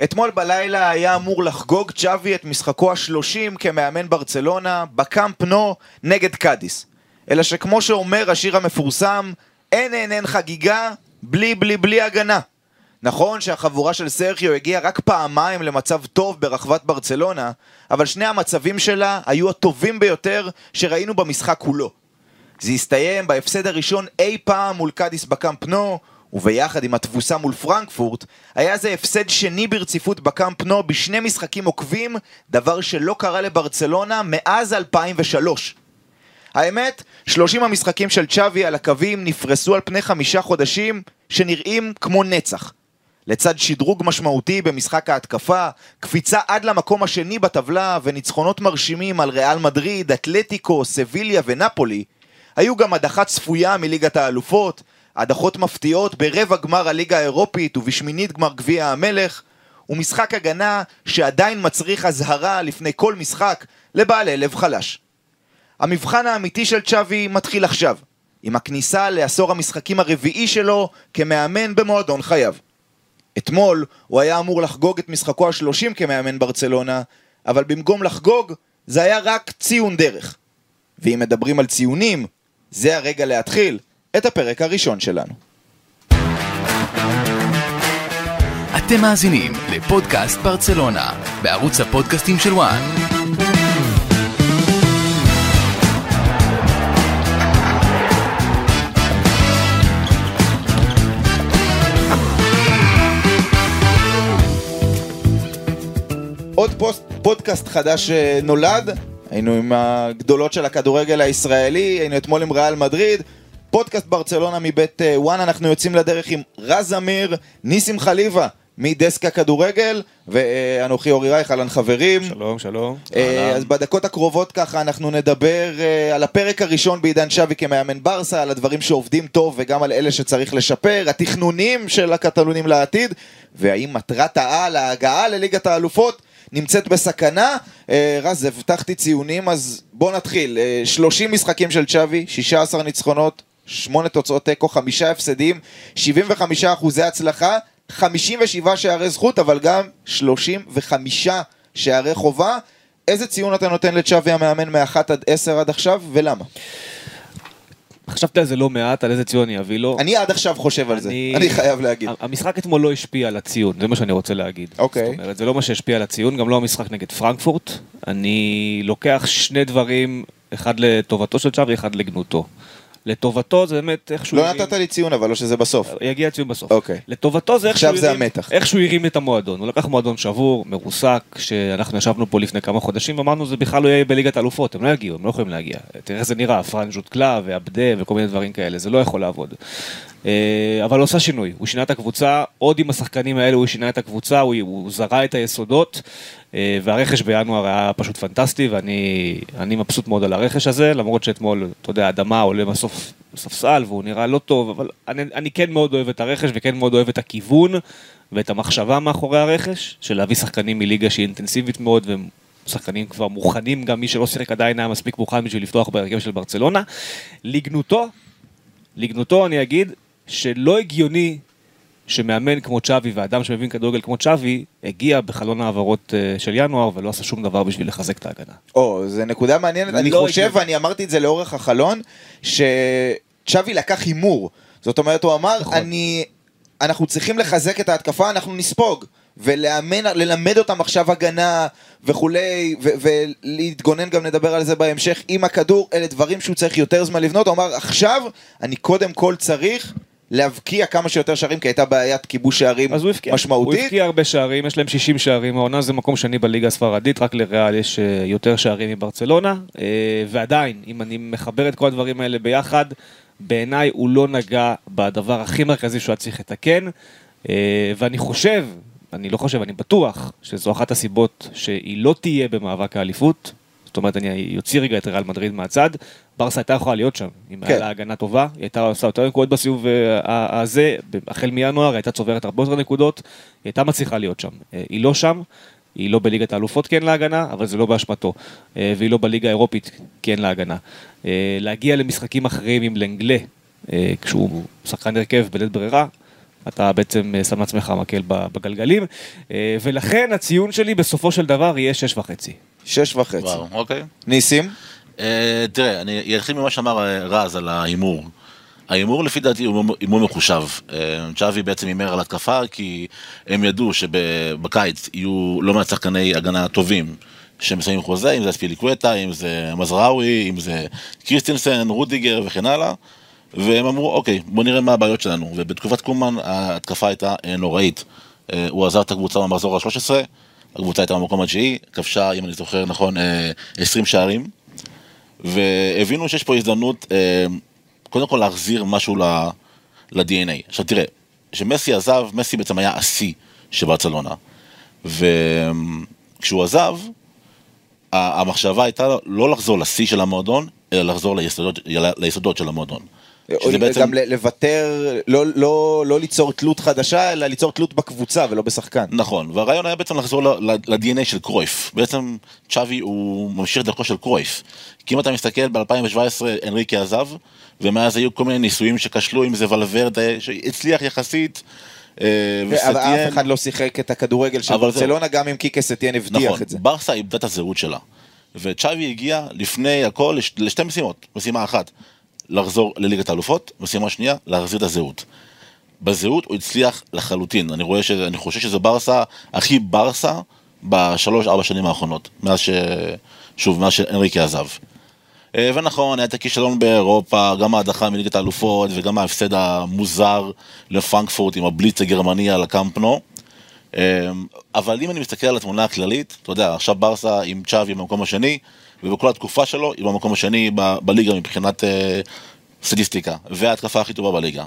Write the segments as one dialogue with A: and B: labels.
A: אתמול בלילה היה אמור לחגוג צ'אבי את משחקו ה-30 כמאמן ברצלונה בקאמפ נו נגד קאדיס. אלא שכמו שאומר השיר המפורסם, אין חגיגה בלי הגנה. נכון שהחבורה של סרחיו הגיעה רק פעמיים למצב טוב ברחבת ברצלונה, אבל שני המצבים שלה היו הטובים ביותר שראינו במשחק כולו. זה הסתיים בהפסד הראשון אי פעם מול קאדיס בקאמפ נו, וביחד עם התבוסה מול פרנקפורט, היה זה הפסד שני ברציפות בקאמפ נו בשני משחקים עוקבים, דבר שלא קרה לברצלונה מאז 2003. האמת, 30 המשחקים של צ'אבי על הקווים נפרסו על פני 5 חודשים שנראים כמו נצח. לצד שדרוג משמעותי במשחק ההתקפה, קפיצה עד למקום השני בטבלה וניצחונות מרשימים על ריאל מדריד, אתלטיקו, סביליה ונפולי, היו גם הדחה צפויה מליגת האלופות, הדחות מפתיעות ברבע גמר הליגה האירופית ובשמינית גמר גביע המלך, ומשחק הגנה שעדיין מצריך הזהרה לפני כל משחק לבעלי לב חלש. המבחן האמיתי של צ'אבי מתחיל עכשיו, עם הכניסה לעשור המשחקים הרביעי שלו כמאמן במועדון חייו. אתמול הוא היה אמור לחגוג את משחקו ה-30 כמאמן ברצלונה, אבל במקום לחגוג זה היה רק ציון דרך. ואם מדברים על ציונים, זה הרגע להתחיל את הפרק הראשון שלנו.
B: אתם מאזינים לפודקאסט ברצלונה, בערוץ הפודקאסטים של וואן.
A: עוד פודקאסט חדש נולד, היינו עם הגדולות של הכדורגל הישראלי, היינו אתמול עם ריאל מדריד, פודקאסט ברצלונה מבית וואן, אנחנו יוצאים לדרך עם רז אמיר, ניסים חליבה מדסק הכדורגל, ואנוכי אורי רייך, אהלן חברים.
C: שלום, שלום.
A: אז בדקות הקרובות ככה אנחנו נדבר על הפרק הראשון בעידן צ'אבי כמאמן ברסה, על הדברים שעובדים טוב וגם על אלה שצריך לשפר, התכנונים של הקטלונים לעתיד, והאם מטרת העל, ההגעה לליגת האלופות, נמצאת בסכנה. רז, הבטחתי ציונים, אז בוא נתחיל. 30 משחקים של צ'אבי, 16 ניצחונות, 8 תוצאות תיקו, 5 הפסדים, 75% הצלחה, 57 שערי זכות, אבל גם 35 שערי חובה. איזה ציון אתה נותן לצ'אבי המאמן מ-1 עד 10 עד עכשיו, ולמה?
C: חשבתי על זה לא מעט, על איזה ציון אני אביא לו.
A: אני עד עכשיו חושב על זה, אני חייב להגיד.
C: המשחק אתמול לא השפיע על הציון, זה מה שאני רוצה להגיד.
A: אוקיי.
C: זאת אומרת, זה לא מה שהשפיע על הציון, גם לא המשחק נגד פרנקפורט. אני לוקח שני דברים, אחד לטובתו של צ'אבי, אחד לגנותו. לטובתו זה באמת איך שהוא...
A: לא נתת לי ציון, אבל לא שזה בסוף.
C: יגיע ציון בסוף.
A: אוקיי.
C: לטובתו זה
A: איך
C: שהוא הרים את המועדון. הוא לקח מועדון שבור, מרוסק, שאנחנו ישבנו פה לפני כמה חודשים, ואמרנו זה בכלל לא יהיה בליגת האלופות, הם לא יגיעו, הם לא יכולים להגיע. תראה איך זה נראה, פרנז'וט קלה ועבדה וכל מיני דברים כאלה, זה לא יכול לעבוד. אבל הוא עושה שינוי, הוא שינה את הקבוצה, עוד עם השחקנים האלה הוא שינה את הקבוצה, הוא זרע את היסודות, והרכש בינואר היה פשוט פנטסטי, ואני מבסוט מאוד על הרכש הזה, למרות שאתמול, אתה יודע, האדמה עולה בסוף ספסל, והוא נראה לא טוב, אבל אני כן מאוד אוהב את הרכש, וכן מאוד אוהב את הכיוון, ואת המחשבה מאחורי הרכש, של להביא שחקנים מליגה שהיא אינטנסיבית מאוד, ושחקנים כבר מוכנים, גם מי שלא שיחק עדיין היה מספיק מוכן בשביל לפתוח בהרכב של ברצלונה. לגנותו אני אגיד, שלא הגיוני שמאמן כמו צ'אבי ואדם שמבין כדורגל כמו צ'אבי הגיע בחלון העברות של ינואר ולא עשה שום דבר בשביל לחזק את ההגנה.
A: זה נקודה מעניינת, אני חושב ואני אמרתי את זה לאורך החלון, שצ'אבי לקח הימור, זאת אומרת הוא אמר אנחנו צריכים לחזק את ההתקפה, אנחנו נספוג וללמד אותם עכשיו הגנה וכולי, ולהתגונן, גם נדבר על זה בהמשך עם הכדור, אלה דברים שהוא צריך יותר זמן לבנות. הוא אמר עכשיו אני קודם כל צריך להבקיע כמה שיותר שערים, כי הייתה בעיית כיבוש שערים משמעותית.
C: הוא הבקיע הרבה שערים, יש להם 60 שערים, העונה זה מקום שני בליגה הספרדית, רק לריאל יש יותר שערים מברצלונה, ועדיין, אם אני מחבר את כל הדברים האלה ביחד, בעיניי הוא לא נגע בדבר הכי מרכזי שהוא צריך לתקן, ואני חושב, אני לא חושב, אני בטוח שזו אחת הסיבות שהיא לא תהיה במאבק האליפות, זאת אומרת, אני יוציא רגע את ריאל מדריד מהצד, ברסה הייתה יכולה להיות שם, אם היה לה הגנה טובה, היא הייתה עושה יותר נקודות בסיבוב הזה, החל מינואר, הייתה צוברת הרבה יותר נקודות, היא הייתה מצליחה להיות שם. היא לא שם, היא לא בליגת האלופות כן להגנה, אבל זה לא באשמתו, והיא לא בליגה האירופית כן להגנה. להגיע למשחקים אחרים עם לנגלה, כשהוא שחקן הרכב בלית ברירה, אתה בעצם שם לעצמך מקל בגלגלים, ולכן הציון שלי בסופו של דבר יהיה 6.5.
A: 6.5.
D: וואו, אוקיי.
A: ניסים?
D: תראה, אני אתחיל ממה שאמר רז על ההימור. ההימור לפי דעתי הוא הימור מחושב. צ'אבי בעצם הימר על התקפה, כי הם ידעו שבקיץ יהיו לא מעט שחקני הגנה טובים שמסיימים חוזה, אם זה ספיליקווטה, אם זה מזראוי, אם זה קריסטנסן, רודיגר וכן הלאה, והם אמרו, אוקיי, בוא נראה מה הבעיות שלנו. ובתקופת קומן ההתקפה הייתה נוראית. הוא עזב את הקבוצה במחזור ה-13, הקבוצה הייתה במקום התשיעי, כבשה, אם אני זוכר נכון, 20 שערים, והבינו שיש פה הזדמנות קודם כל להחזיר משהו ל-DNA. עכשיו תראה, כשמסי עזב, מסי בעצם היה השיא של ברצלונה, וכשהוא עזב, המחשבה הייתה לא לחזור לשיא של המועדון, אלא לחזור ליסודות של המועדון.
A: בעצם... גם לוותר, לא ליצור תלות חדשה, אלא ליצור תלות בקבוצה ולא בשחקן.
D: נכון, והרעיון היה בעצם לחזור ל-DNA של קרויף. בעצם צ'אבי הוא ממשיך דרכו של קרויף. כי אם אתה מסתכל, ב-2017 אנריקי עזב, ומאז היו כל מיני ניסויים שכשלו, אם זה ולוורדה, שהצליח יחסית,
A: אבל אף אחד לא שיחק את הכדורגל של ברצלונה, גם אם קיקה סטיין הבטיח את זה.
D: נכון, ברסה איבדה את הזהות שלה. וצ'אבי הגיע לפני הכל לשתי משימות. משימה אחת, לחזור לליגת האלופות, משימה שנייה, להחזיר את הזהות. בזהות הוא הצליח לחלוטין. אני חושב שזה ברסה, הכי ברסה, ב3-4 שנים האחרונות, מאז שאנריקי עזב. ונכון, היה את הכישלון באירופה, גם ההדחה מליגת האלופות, וגם ההפסד המוזר לפרנקפורט עם הבליץ הגרמני על הקאמפ נו. אבל אם אני מסתכל על התמונה הכללית, אתה יודע, עכשיו ברסה עם צ'אבי במקום השני, ובכל התקופה שלו היא במקום השני בליגה מבחינת סטטיסטיקה, וההתקפה הכי טובה בליגה.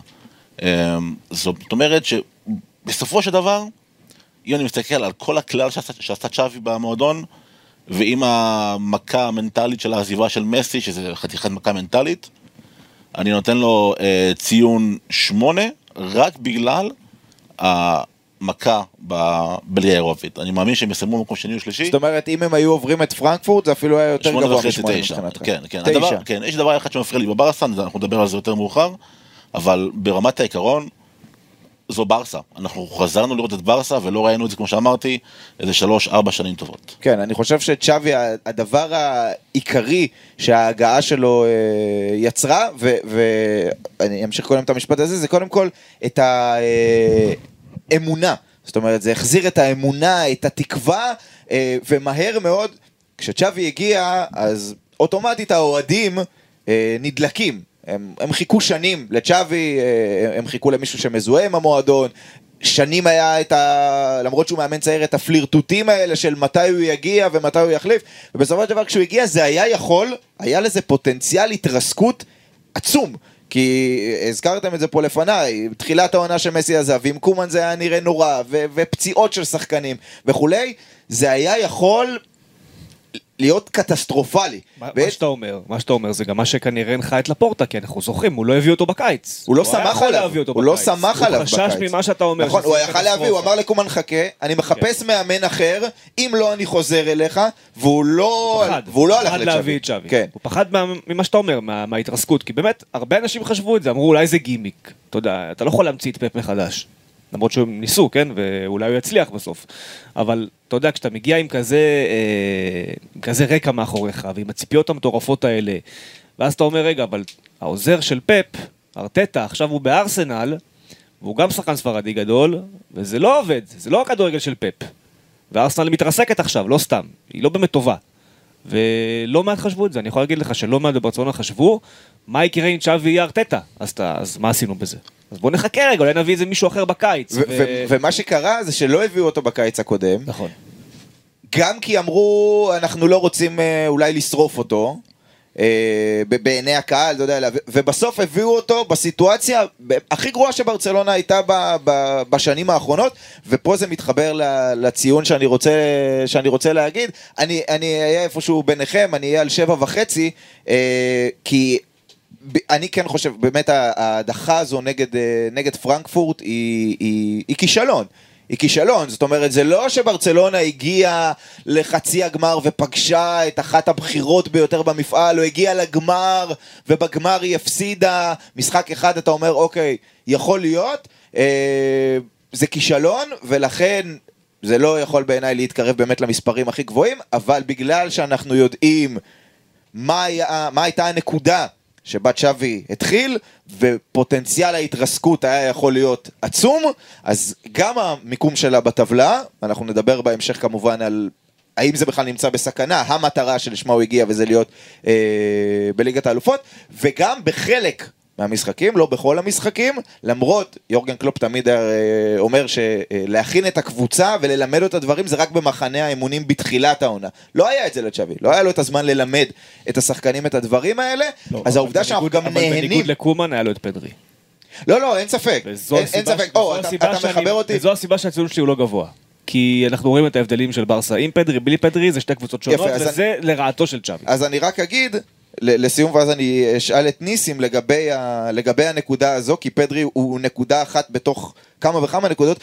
D: זאת אומרת שבסופו של דבר, אם אני מסתכל על כל הכלל שעשתה צ'אבי במועדון, ועם המכה המנטלית של העזיבה של מסי, שזה חתיכת מכה מנטלית, אני נותן לו ציון 8, רק בגלל המכה בליגה האירופית. אני מאמין שהם יסיימו במקום שני או שלישי.
A: זאת אומרת, אם הם היו עוברים את פרנקפורט, זה אפילו היה יותר גבוה מ-8 מבחינתך.
D: כן, יש דבר אחד שמפריע לי בברסה, אנחנו נדבר על זה יותר מאוחר, אבל ברמת העיקרון, זו ברסה. אנחנו חזרנו לראות את ברסה, ולא ראינו את זה, כמו שאמרתי, איזה 3-4 שנים טובות.
A: כן, אני חושב שצ'אבי, הדבר העיקרי שההגעה שלו יצרה, ואני אמשיך קודם את המשפט הזה, זה קודם כל את האמונה. זאת אומרת, זה החזיר את האמונה, את התקווה, ומהר מאוד, כשצ'אבי הגיע, אז אוטומטית האוהדים נדלקים. הם חיכו שנים לצ'אבי, הם חיכו למישהו שמזוהה עם המועדון, שנים היה למרות שהוא מאמן צעיר, את הפלירטוטים האלה של מתי הוא יגיע ומתי הוא יחליף, ובסופו של דבר כשהוא הגיע זה היה לזה פוטנציאל התרסקות עצום, כי הזכרתם את זה פה לפניי, תחילת העונה שמסי עזב, ועם קומן זה היה נראה נורא, ופציעות של שחקנים וכולי, זה היה יכול להיות קטסטרופלי.
C: מה שאתה אומר זה גם מה שכנראה הנחה את לפורטה, כי אנחנו זוכרים, הוא לא הביא אותו בקיץ.
A: הוא לא שמח עליו. הוא
C: חשש ממה שאתה אומר.
A: נכון, הוא יכל להביא, הוא אמר לקומן חכה, אני מחפש מאמן אחר, אם לא אני חוזר אליך, והוא לא הלך לצ'אבי.
C: הוא פחד ממה שאתה אומר, מההתרסקות, כי באמת, הרבה אנשים חשבו את זה, אמרו אולי זה גימיק. אתה לא יכול להמציא את פפ מחדש. למרות שהם ניסו, כן? ואולי הוא יצליח בסוף. אבל אתה יודע, כשאתה מגיע עם כזה רקע מאחוריך, ועם הציפיות המטורפות האלה, ואז אתה אומר, רגע, אבל העוזר של פפ, ארטטה, עכשיו הוא בארסנל, והוא גם שחקן ספרדי גדול, וזה לא עובד, זה לא הכדורגל של פפ. וארסנל מתרסקת עכשיו, לא סתם, היא לא באמת טובה. ולא מעט חשבו את זה, אני יכול להגיד לך שלא מעט בברצלונה חשבו, מה יקרה אם צ'אבי יהיה ארטטה? אז מה עשינו בזה? אז בואו נחכה רגע, אולי נביא איזה מישהו אחר בקיץ.
A: ומה שקרה זה שלא הביאו אותו בקיץ הקודם.
C: נכון.
A: גם כי אמרו, אנחנו לא רוצים אולי לשרוף אותו, בעיני הקהל, אתה יודע, ובסוף הביאו אותו בסיטואציה הכי גרועה שברצלונה הייתה בשנים האחרונות, ופה זה מתחבר לציון שאני רוצה להגיד. אני אהיה איפשהו ביניכם, אני אהיה על 7.5, כי אני כן חושב, באמת ההדחה הזו נגד פרנקפורט היא כישלון. היא כישלון, זאת אומרת, זה לא שברצלונה הגיעה לחצי הגמר ופגשה את אחת הבחירות ביותר במפעל, או הגיעה לגמר, ובגמר היא הפסידה משחק אחד, אתה אומר, אוקיי, יכול להיות, זה כישלון, ולכן זה לא יכול בעיניי להתקרב באמת למספרים הכי גבוהים, אבל בגלל שאנחנו יודעים מה הייתה הנקודה שבה צ'אבי התחיל, ופוטנציאל ההתרסקות היה יכול להיות עצום, אז גם המיקום שלה בטבלה, אנחנו נדבר בהמשך כמובן על האם זה בכלל נמצא בסכנה, המטרה שלשמה הוא הגיע, וזה להיות בליגת האלופות, וגם בחלק מהמשחקים, לא בכל המשחקים, למרות יורגן קלופ תמיד אומר שלהכין את הקבוצה וללמד את הדברים זה רק במחנה האימונים בתחילת העונה. לא היה את זה לצ'אבי, לא היה לו את הזמן ללמד את השחקנים את הדברים האלה, לא, אז העובדה שאנחנו גם נהנים...
C: אבל בניגוד לקומן היה לו את פדרי.
A: לא, אין ספק. אין ספק. אתה מחבר אותי.
C: וזו הסיבה שהציון שלי הוא לא גבוה. כי אנחנו רואים את ההבדלים של ברסה עם פדרי, בלי פדרי, זה שתי קבוצות שונות, וזה לרעתו של צ'אבי.
A: אז אני רק אגיד... לסיום, ואז אני אשאל את ניסים לגבי הנקודה הזו, כי פדרי הוא נקודה אחת בתוך כמה וכמה נקודות,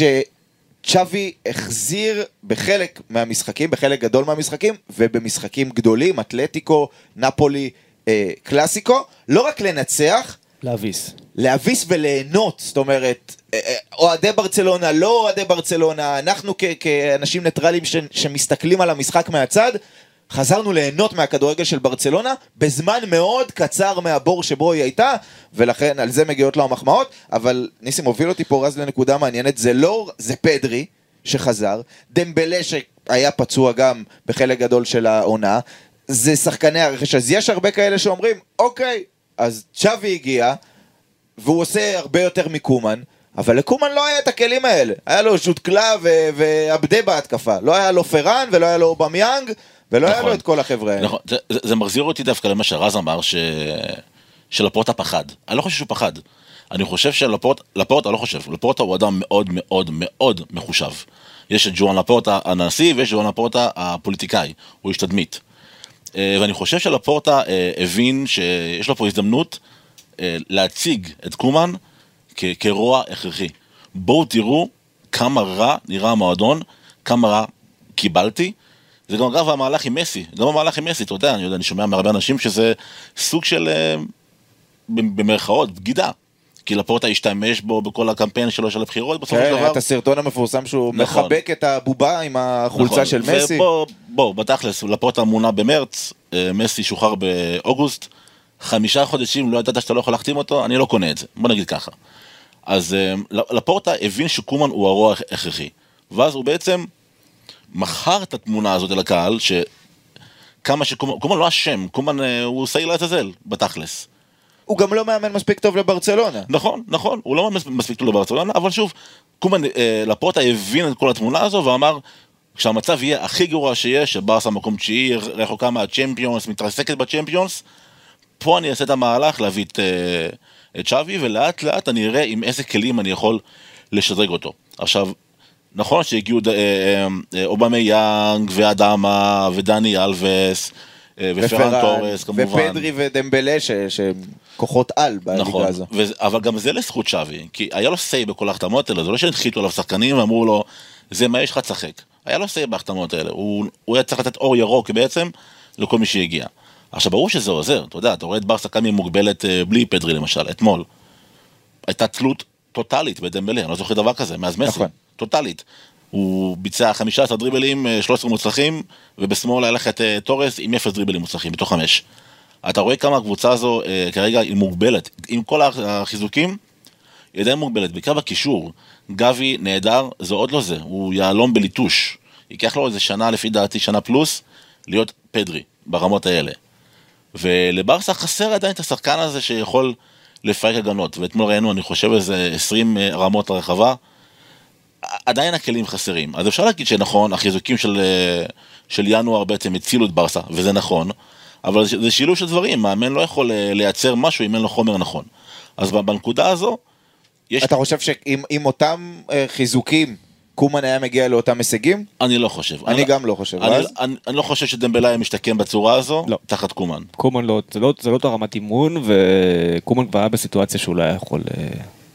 A: שצ'אבי החזיר בחלק מהמשחקים, בחלק גדול מהמשחקים, ובמשחקים גדולים, אתלטיקו, נפולי, קלאסיקו, לא רק לנצח, להביס וליהנות, זאת אומרת, אוהדי ברצלונה, לא אוהדי ברצלונה, אנחנו כאנשים ניטרליים שמסתכלים על המשחק מהצד, חזרנו ליהנות מהכדורגל של ברצלונה, בזמן מאוד קצר מהבור שבו היא הייתה, ולכן על זה מגיעות לו המחמאות, אבל ניסים הוביל אותי פה רז לנקודה מעניינת, זה פדרי שחזר, דמבלה שהיה פצוע גם בחלק גדול של העונה, זה שחקני הרכש, אז יש הרבה כאלה שאומרים, אוקיי, אז צ'אבי הגיע, והוא עושה הרבה יותר מקומן, אבל לקומן לא היה את הכלים האלה, היה לו שוטקלה ועבדה בהתקפה, לא היה לו פרן ולא היה לו אובמיאנג, ולא היה לו את כל החבר'ה האלה.
D: נכון, זה מחזיר אותי דווקא למה שרז אמר, שלפורטה פחד. אני לא חושב שהוא פחד. אני חושב שלפורטה לא חושב. לפורטה הוא אדם מאוד מאוד מאוד מחושב. יש את ג'ואן לפורטה הנשיא, ויש ג'ואן לפורטה הפוליטיקאי. הוא איש תדמית. ואני חושב שלפורטה הבין שיש לו פה הזדמנות להציג את קומן כרוע הכרחי. בואו תראו כמה רע נראה המועדון, כמה רע קיבלתי, זה גם אגב המהלך עם מסי, גם המהלך עם מסי, אתה יודע, אני שומע מהרבה אנשים שזה סוג של, במרכאות, בגידה, כי לפורטה השתמש בו בכל הקמפיין שלו של הבחירות, בסופו של דבר.
A: את הסרטון המפורסם שהוא מחבק את הבובה עם החולצה של מסי.
D: ובוא, בתכלס, לפורטה מונה במרץ, מסי שוחרר באוגוסט, 5 חודשים, לא ידעת שאתה לא יכול להחתים אותו, אני לא קונה את זה, בוא נגיד ככה. אז לפורטה הבין שקומן הוא הרוע הכרחי, ואז הוא בעצם מכר את התמונה הזאת אל הקהל, שכמה קומן לא אשם, קומן הוא סעיר לעזאזל, בתכלס.
A: הוא גם לא מאמן מספיק טוב לברצלונה.
D: נכון, הוא לא מאמן מספיק טוב לברצלונה, אבל שוב, קומן לפורטה הבין את כל התמונה הזו, ואמר, כשהמצב יהיה הכי גרוע שיש, שברסה מקום 9, רחוקה מהצ'מפיונס, מתרסקת בצ'מפיונס, פה אני אעשה את המהלך להביא את צ'אבי, ולאט לאט אני אראה עם איזה כלים אני יכול לשדרג אותו. עכשיו, נכון שהגיעו אובמיאנג ואדמה ודני אלווס ופרן טורס כמובן.
A: ופדרי ודמבלה שכוחות על בליגה הזו.
D: אבל גם זה לזכות צ'אבי, כי היה לו סי בכל ההחתמות האלה, זה לא שהנחיתו עליו שחקנים ואמרו לו, זה מה יש לך תשחק. היה לו סי בהחתמות האלה, הוא היה צריך לתת אור ירוק בעצם לכל מי שהגיע. עכשיו ברור שזה עוזר, אתה יודע, אתה רואה את ברסה כמה היא מוגבלת בלי פדרי למשל, אתמול. הייתה תלות טוטלית בדמבלה, אני לא זוכר דבר כזה, מאז מסי. טוטלית. הוא ביצע 15 דריבלים, 13 מוצלחים, ובשמאל הלך את טורס עם 0 דריבלים מוצלחים, בתוך 5. אתה רואה כמה הקבוצה הזו כרגע היא מוגבלת. עם כל החיזוקים, היא עדיין מוגבלת. בעיקר בקישור, גבי נהדר, זה עוד לא זה. הוא יעלום בליטוש. ייקח לו איזה שנה, לפי דעתי, שנה פלוס, להיות פדרי, ברמות האלה. ולברסה חסר עדיין את השחקן הזה שיכול לפרק הגנות. ואתמול ראינו, אני חושב, איזה 20 רמות הרחבה, עדיין הכלים חסרים. אז אפשר להגיד שנכון, החיזוקים של ינואר בעצם הצילו את ברסה, וזה נכון, אבל זה שילוב של דברים, מאמן לא יכול לייצר משהו אם אין לו חומר נכון. אז בנקודה הזו, יש...
A: אתה חושב שעם אותם חיזוקים, קומן היה מגיע לאותם הישגים?
D: אני לא חושב.
A: אני גם לא חושב.
D: אני לא חושב שדמבלה היה משתקם בצורה הזו, תחת קומן.
C: קומן לא, זה לא את הרמת אימון, וקומן כבר היה בסיטואציה שהוא לא היה יכול...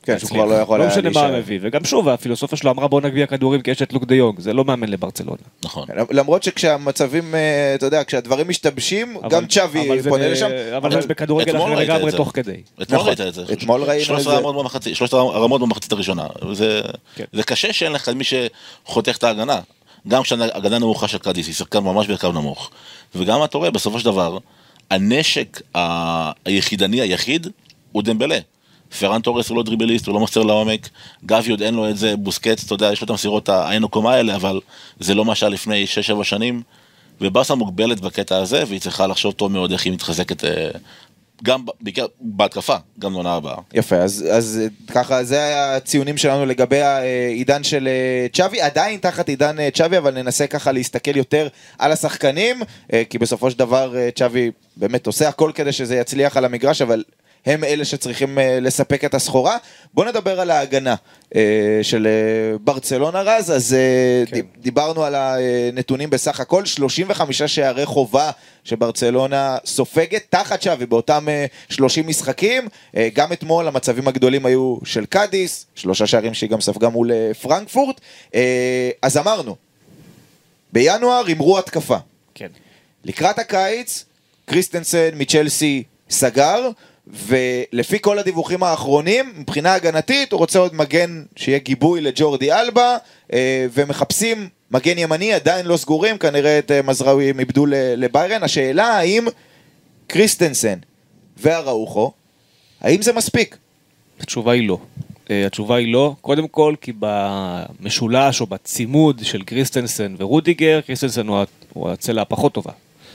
A: כן, שהוא כבר לא יכול
C: לא
A: היה
C: משנה מה
A: להישאר.
C: מביא, וגם שוב, הפילוסופיה שלו אמרה בוא נגביע כדורים כי יש את לוק דה יונג, זה לא מאמן לברצלונה.
D: נכון.
A: למרות שכשהמצבים, אתה יודע, כשהדברים משתבשים, גם צ'אבי פונה לשם.
C: אבל זה בכדורגל
D: אתמול
C: אחר
D: ראית
C: לגמרי
D: את זה.
C: תוך כדי.
D: אתמול ראית את זה.
A: אתמול ראינו את זה.
D: 13 הרמות במחצית הראשונה.
C: כן.
D: זה קשה שאין לך מי שחותך את ההגנה. גם כשההגנה נמוכה של קאדיס, היא שחקן ממש בקו נמוך. וגם אתה רואה, בסופו של דבר, הנשק היחידני היחיד הוא דמבלה. פרן טורס הוא לא דריבליסט, הוא לא מוסר לעומק, גבי עוד אין לו את זה, בוסקץ, אתה יודע, יש לו את המסירות העין הקומה האלה, אבל זה לא מה שהיה לפני 6-7 שנים, וברסה מוגבלת בקטע הזה, והיא צריכה לחשוב טוב מאוד איך היא מתחזקת, גם בעיקר בהתקפה, גם לעונה הבאה.
A: יפה, אז ככה, זה הציונים שלנו לגבי העידן של צ'אבי, עדיין תחת עידן צ'אבי, אבל ננסה ככה להסתכל יותר על השחקנים, כי בסופו של דבר צ'אבי באמת עושה הכל כדי שזה יצליח על המגרש, אבל הם אלה שצריכים לספק את הסחורה. בואו נדבר על ההגנה של ברצלונה רז, אז
C: כן.
A: דיברנו על הנתונים בסך הכל, 35 שערי חובה שברצלונה סופגת תחת צ'אבי באותם 30 משחקים, גם אתמול המצבים הגדולים היו של קאדיס, 3 שערים שהיא גם ספגה מול פרנקפורט, אז אמרנו, בינואר אמרו התקפה.
C: כן.
A: לקראת הקיץ, קריסטנסן מצ'לסי סגר, ולפי כל הדיווחים האחרונים, מבחינה הגנתית, הוא רוצה עוד מגן שיהיה גיבוי לג'ורדי אלבה, ומחפשים מגן ימני, עדיין לא סגורים, כנראה את מזראוי הם איבדו לביירן. השאלה האם קריסטנסן והראוכו, האם זה מספיק?
C: התשובה היא לא. התשובה היא לא, קודם כל כי במשולש או בצימוד של קריסטנסן ורודיגר, קריסטנסן הוא הצלע הפחות טובה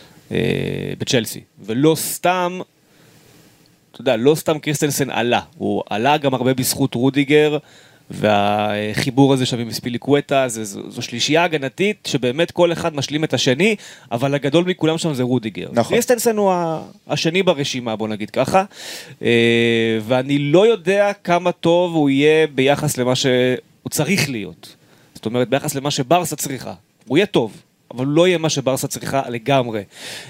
C: בצ'לסי, ולא סתם, אתה יודע, לא סתם קריסטנסן עלה, הוא עלה גם הרבה בזכות רודיגר, והחיבור הזה שווים מספיליקווטה, זו שלישייה הגנתית שבאמת כל אחד משלים את השני, אבל הגדול מכולם שם זה רודיגר.
A: נכון.
C: קריסטנסן הוא השני ברשימה, בוא נגיד ככה, ואני לא יודע כמה טוב הוא יהיה ביחס למה שהוא צריך להיות. זאת אומרת, ביחס למה שברסה צריכה. הוא יהיה טוב, אבל לא יהיה מה שברסה צריכה לגמרי.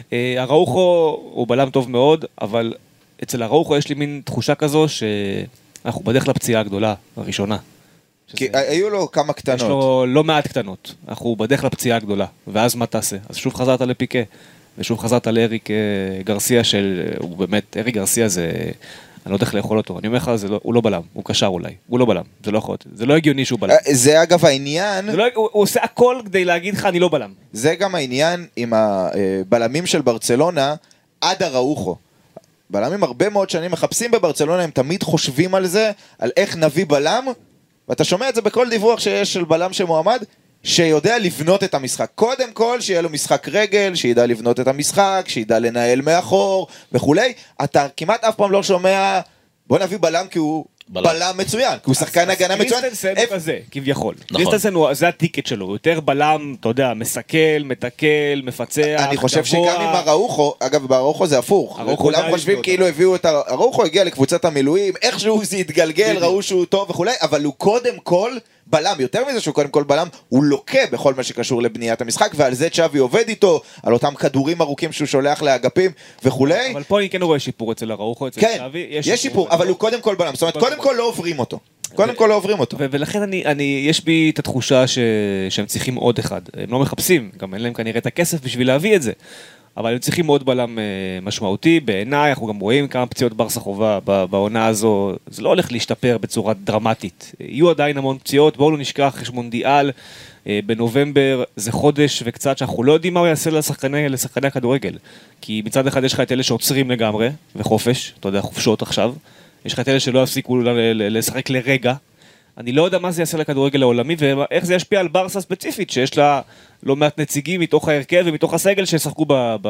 C: הראוכו הוא בלם טוב מאוד, אבל אצל הראוכו יש לי מין תחושה כזו שאנחנו בדרך לפציעה הגדולה, הראשונה.
A: כי היו לו כמה קטנות.
C: יש לו לא מעט קטנות, אנחנו בדרך לפציעה הגדולה, ואז מה תעשה? אז שוב חזרת לפיקה, ושוב חזרת לאריק גרסיה הוא באמת, אריק גרסיה זה, אני לא יודע איך לאכול אותו, אני אומר לך, הוא לא בלם, הוא קשר אולי, הוא לא בלם, זה לא יכול להיות, זה לא הגיוני שהוא בלם.
A: זה אגב העניין,
C: הוא עושה הכל כדי להגיד לך, אני לא בלם.
A: זה גם העניין עם הבלמים של ברצלונה, עד הראוכו. בלמים הרבה מאוד שנים מחפשים בברצלונה, הם תמיד חושבים על זה, על איך נביא בלם, ואתה שומע את זה בכל דיווח שיש של בלם שמועמד, שיודע לבנות את המשחק. קודם כל, שיהיה לו משחק רגל, שידע לבנות את המשחק, שידע לנהל מאחור וכולי. אתה כמעט אף פעם לא שומע, בוא נביא בלם כי הוא בלם מצוין, כי הוא שחקן הגנה מצוין.
C: קריסטנסן הוא כזה, כביכול. קריסטנסן זה הטיקט שלו, הוא יותר בלם, אתה יודע, מסכל, מתקל, מפצח,
A: אני חושב שגם עם הראוכו, אגב בראוכו זה הפוך, כולם חושבים כאילו הביאו את הראוכו, הגיע לקבוצת המילואים, איכשהו זה התגלגל, ראו שהוא טוב וכולי, אבל הוא קודם כל בלם, יותר מזה שהוא קודם כל בלם, הוא לוקה בכל מה שקשור לבניית המשחק, ועל זה צ'אבי עובד איתו, על אותם כדורים ארוכים שהוא שולח לאגפים וכולי.
C: אבל פה אני כן רואה שיפור אצל הראוכו, אצל צ'אבי.
A: יש שיפור, אבל הוא קודם כל בלם, זאת אומרת, קודם כל לא עוברים אותו. קודם כל לא עוברים אותו.
C: ולכן יש בי את התחושה שהם צריכים עוד אחד. הם לא מחפשים, גם אין להם כנראה את הכסף בשביל להביא את זה. אבל הם צריכים עוד בלם משמעותי. בעיניי, אנחנו גם רואים כמה פציעות ברסה חובה בעונה הזו. זה לא הולך להשתפר בצורה דרמטית. יהיו עדיין המון פציעות, בואו לא נשכח, יש מונדיאל בנובמבר, זה חודש וקצת שאנחנו לא יודעים מה הוא יעשה לשחקני הכדורגל. כי מצד אחד יש לך את אלה שעוצרים לגמרי, וחופש, אתה יודע, חופשות עכשיו. יש לך את אלה שלא יפסיקו לשחק לרגע. אני לא יודע מה זה יעשה לכדורגל העולמי, ואיך זה ישפיע על ברסה ספציפית, שיש לה לא מעט נציגים מתוך ההרכב ומתוך הסגל שישחקו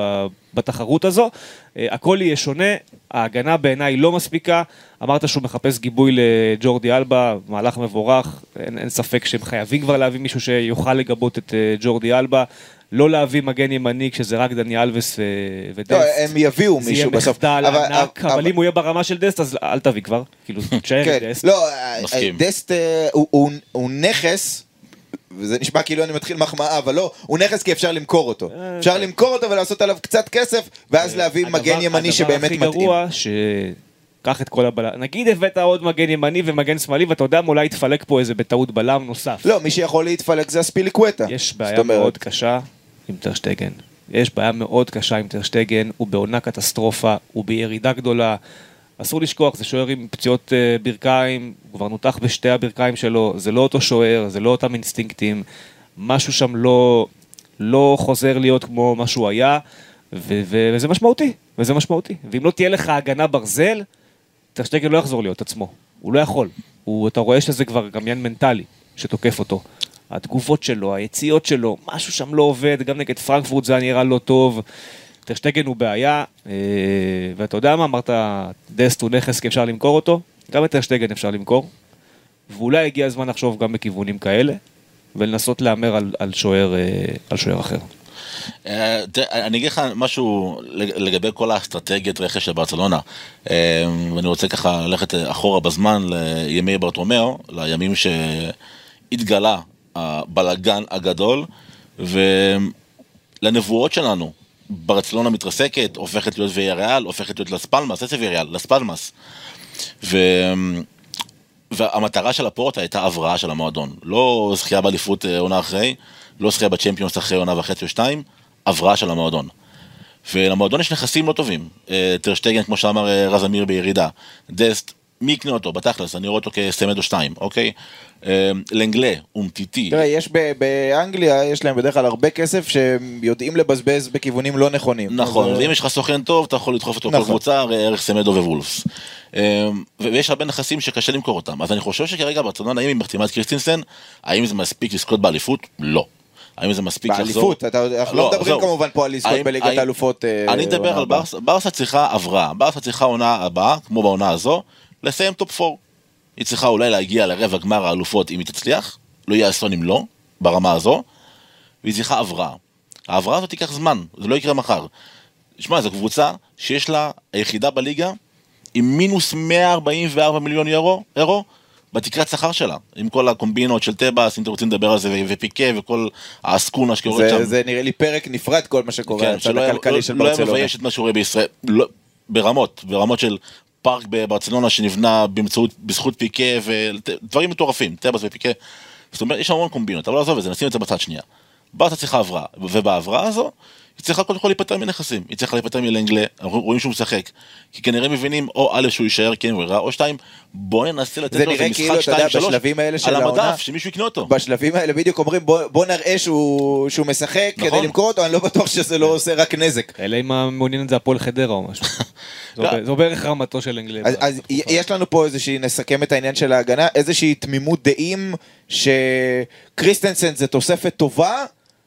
C: בתחרות הזו. הכל יהיה שונה, ההגנה בעיניי לא מספיקה. אמרת שהוא מחפש גיבוי לג'ורדי אלבה, מהלך מבורך, אין ספק שהם חייבים כבר להביא מישהו שיוכל לגבות את ג'ורדי אלבה, לא להביא מגן ימני כשזה רק דני אלבס ודסט.
A: לא, הם יביאו מישהו בסוף.
C: זה יהיה מחדל ענק, אבל אם הוא יהיה ברמה של דסט, אז אל תביא כבר. כאילו, תשאר דסט.
A: לא, דסט הוא נכס, וזה נשמע כאילו אני מתחיל מחמאה, אבל לא, הוא נכס כי אפשר למכור אותו. אפשר למכור אותו ולעשות עליו קצת כסף, ואז להביא מגן ימני שבאמת מתאים.
C: הדבר הכי גרוע קח את כל הבלם, נגיד הבאת עוד מגן ימני ומגן שמאלי, ואתה יודע אולי יתפלק פה איזה בטעות בלם נוסף.
A: לא, מי שיכול להתפלק זה אספיליקווטה.
C: יש בעיה מאוד קשה עם טר שטגן. יש בעיה מאוד קשה עם טר שטגן, הוא בעונה קטסטרופה, הוא בירידה גדולה, אסור לשכוח, זה שוער עם פציעות ברכיים, הוא כבר נותח בשתי הברכיים שלו, זה לא אותו שוער, זה לא אותם אינסטינקטים, משהו שם לא חוזר להיות כמו מה שהוא היה, וזה משמעותי, ואם לא תהיה לך הגנה ברזל, טר שטגן לא יחזור להיות עצמו, הוא לא יכול, אתה רואה שזה כבר גם עניין מנטלי שתוקף אותו, התגובות שלו, היציאות שלו, משהו שם לא עובד, גם נגד פרנקפורט זה נראה לא טוב, טר שטגן הוא בעיה, ואתה יודע מה, אמרת, דסט הוא נכס כי אפשר למכור אותו, גם את טר שטגן אפשר למכור, ואולי הגיע הזמן לחשוב גם בכיוונים כאלה, ולנסות לאמר על שוער אחר.
D: אני אגיד לך משהו לגבי כל האסטרטגיית רכש של ברצלונה, ואני רוצה ככה ללכת אחורה בזמן לימי ברטומאו, לימים שהתגלה הבלגן הגדול, ולנבואות שלנו, ברצלונה מתרסקת, הופכת להיות ויאריאל, הופכת להיות לספלמאס, איזה ויאריאל? לספלמאס. והמטרה של הפורטה הייתה הבראה של המועדון. לא זכייה באליפות עונה אחרי, לא זכייה בצ'מפיונס אחרי עונה וחצי או שתיים, הבראה של המועדון. ולמועדון יש נכסים לא טובים. טר שטגן, כמו שאמר רזמיר בירידה. דסט, מי יקנה אותו? בתכלס, אני רואה אותו כסמד או שתיים, אוקיי? לנגלה, אומטיטי.
A: תראה, יש באנגליה, יש להם בדרך כלל הרבה כסף שהם יודעים לבזבז בכיוונים לא נכונים.
D: נכון, ואם יש לך סוכן טוב, אתה יכול לדחוף אותו כל קבוצה, ערך סמדו ווולפס. ויש הרבה נכסים שקשה למכור אותם. אז אני חושב שכרגע ברצלונה, האם היא מחתימת קריסטנסן, האם זה מספיק לזכות באליפות? לא. האם זה מספיק לחזור?
A: באליפות, אנחנו לא מדברים כמובן פה על לזכות בליגת האלופות.
D: אני מדבר על ברסה צריכה עברה, ברסה צריכה עונה הבאה, כמו בעונה הזו, לסיים טופ 4. היא צריכה אולי להגיע לרבע גמר האלופות אם היא תצליח, לא יהיה אסון אם לא, ברמה הזו, והיא צריכה עברה. העברה הזאת תיקח זמן, זה לא יקרה מחר. תשמע, זו קבוצה שיש לה היחידה בליגה, עם מינוס 144 מיליון אירו, בתקרת שכר שלה, עם כל הקומבינות של טבאס, אם אתם רוצים לדבר על זה, ופיקה, וכל האסקונה שקורית שם.
A: זה נראה לי פרק נפרד כל מה שקורה, הצד הכלכלי של ברצלונה.
D: לא מבייש את מה שקורה בישראל, ברמות של פארק בברצלונה שנבנה בזכות פיקה, ודברים מטורפים, טבאס ופיקה. זאת אומרת, יש המון קומבינות, אבל לא עזוב את זה, נשים את זה בצד שנייה. ברצה צריכה עברה, ובעברה הזו, היא צריכה קודם כל להיפטר מנכסים, היא צריכה להיפטר מלנגלה, אנחנו רואים שהוא משחק, כי כנראה מבינים, או א' שהוא יישאר כן ורע, או שתיים, בוא ננסה לתת לו איזה משחק 2-3 על המדף, שמישהו יקנה אותו.
A: בשלבים האלה בדיוק אומרים, בוא נראה שהוא משחק כדי למכור אותו, אני לא בטוח שזה לא עושה רק נזק.
C: אלא אם המעוניין את זה הפועל חדרה או משהו. זו בערך רמתו של לנגלה.
A: אז יש לנו פה איזושהי, נסכם את העניין של ההגנה, איזושהי תמימות דעים שקריסטנסן זה תוספת טובה,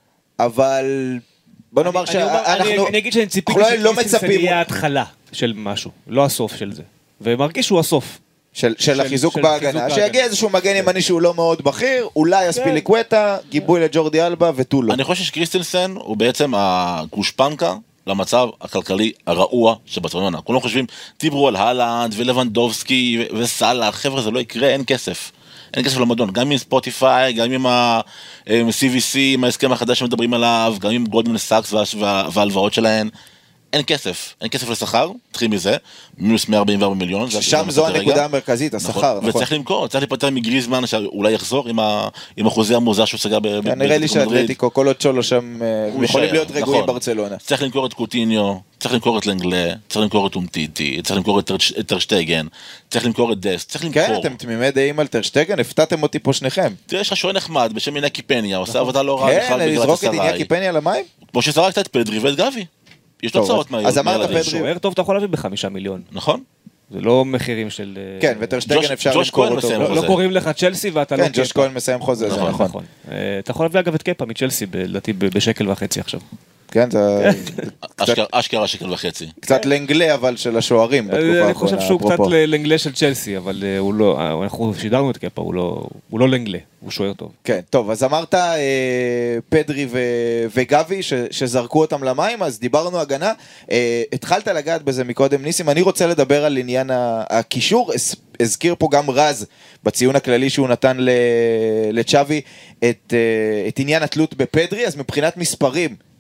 A: אבל בוא נאמר שאנחנו
C: אני אגיד שאני ציפיתי שקריסטנסן יהיה ההתחלה של משהו, לא הסוף של זה. ומרגיש שהוא הסוף.
A: של החיזוק בהגנה. שיגיע איזשהו מגן ימני שהוא לא מאוד בכיר, אולי אספיליקווטה, גיבוי לג'ורדי אלבה וטולו.
D: אני חושב שקריסטנסן הוא בעצם הגושפנקה למצב הכלכלי הרעוע של ברצלונה. כולם חושבים, דיברו על הלנד ולבנדובסקי וסלאח, חבר'ה זה לא יקרה, אין כסף. אין כסף למועדון, גם עם ספוטיפיי, גם עם ה-CVC, עם ההסכם החדש שמדברים עליו, גם עם גולדמן סאקס וההלוואות שלהן. אין כסף לשכר, תתחיל מזה, מינוס 144 מיליון.
A: שם זו הנקודה המרכזית, השכר.
D: וצריך למכור, צריך להיפטר מגריזמן, שאולי יחזור עם החוזה המוזר שהוא סגר במדריד.
A: נראה לי שהאתלטיקו, כל עוד צ'ולו שם, יכולים להיות רגועים ברצלונה.
D: צריך למכור את קוטיניו, צריך למכור את לנגלה, צריך למכור את אומטיטי, צריך למכור את טר שטגן, צריך למכור את דסט, צריך למכור.
A: כן, אתם תמימי דעים על טר שטגן, הפתעתם אותי פה שניכם.
D: תראה, יש לך שוער נחמד בשם אינקי פניה, עושה עבודה לא רעה בכלל
A: כן, לזרוק את אינקי פניה למים?
D: כמו שזרקת את פדרי ואת גבי. יש תוצאות מהיר.
A: אז אמרת פדרי.
C: שוער טוב אתה יכול להביא ב5 מיליון.
D: נכון.
C: זה לא מחירים של...
A: כן, וטר שטגן אפשר למכור אותו.
C: לא קוראים לך צ'לסי ואתה לא...
A: כן, ג'וש כהן מסיים חוזה, זה נכון.
C: אתה יכול להביא אגב את קפה מצ'לסי, לדעתי בשקל וחצי עכשיו.
A: כן, זה...
D: אשכרה שקל וחצי.
A: קצת לנגלה, אבל של השוערים בתקופה האחרונה.
C: אני חושב שהוא קצת לנגלה של צ'לסי, אבל הוא לא... אנחנו שידרנו את קפה, הוא לא לנגלה, הוא שוער טוב.
A: כן, טוב, אז אמרת פדרי וגבי שזרקו אותם למים, אז דיברנו הגנה. התחלת לגעת בזה מקודם, ניסים, אני רוצה לדבר על עניין הקישור. הזכיר פה גם רז בציון הכללי שהוא נתן לצ'אבי את עניין התלות בפדרי, אז מבחינת מספרים,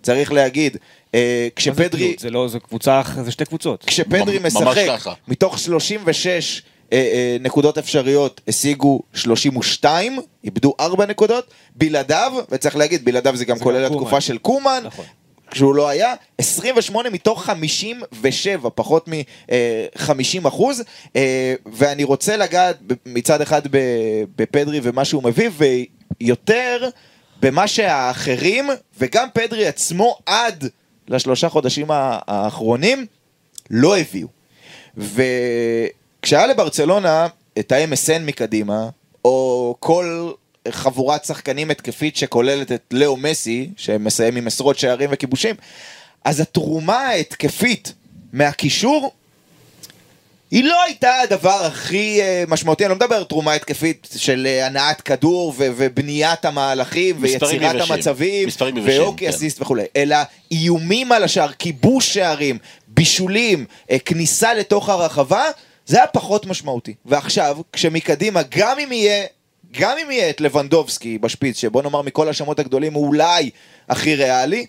A: צריך להגיד, כשפדרי...
C: זה לא, זה קבוצה, זה שתי קבוצות.
A: כשפדרי משחק, מתוך 36 נקודות אפשריות השיגו 32, איבדו 4 נקודות, בלעדיו, וצריך להגיד, בלעדיו זה גם כולל התקופה של קומן,
C: נכון.
A: כשהוא לא היה, 28 מתוך 57, פחות מ-50%, ואני רוצה לגעת מצד אחד בפדרי ומה שהוא מביא, ויותר במה שהאחרים, וגם פדרי עצמו עד ל3 חודשים האחרונים, לא הביאו. וכשהיה לברצלונה את ה-MSN מקדימה, או כל חבורת שחקנים התקפית שכוללת את לאו מסי, שמסיים עם עשרות שערים וכיבושים, אז התרומה ההתקפית מהקישור, היא לא הייתה הדבר הכי משמעותי, אני לא מדבר על תרומה התקפית של הנעת כדור ובניית המהלכים ויצירת המצבים ואוקי אסיסט וכו', אלא איומים על השער, כיבוש שערים, בישולים, כניסה לתוך הרחבה, זה היה פחות משמעותי. ועכשיו, כשמקדימה, גם אם יהיה את לבנדובסקי בשפיץ, שבוא נאמר מכל השמות הגדולים הוא אולי הכי ריאלי,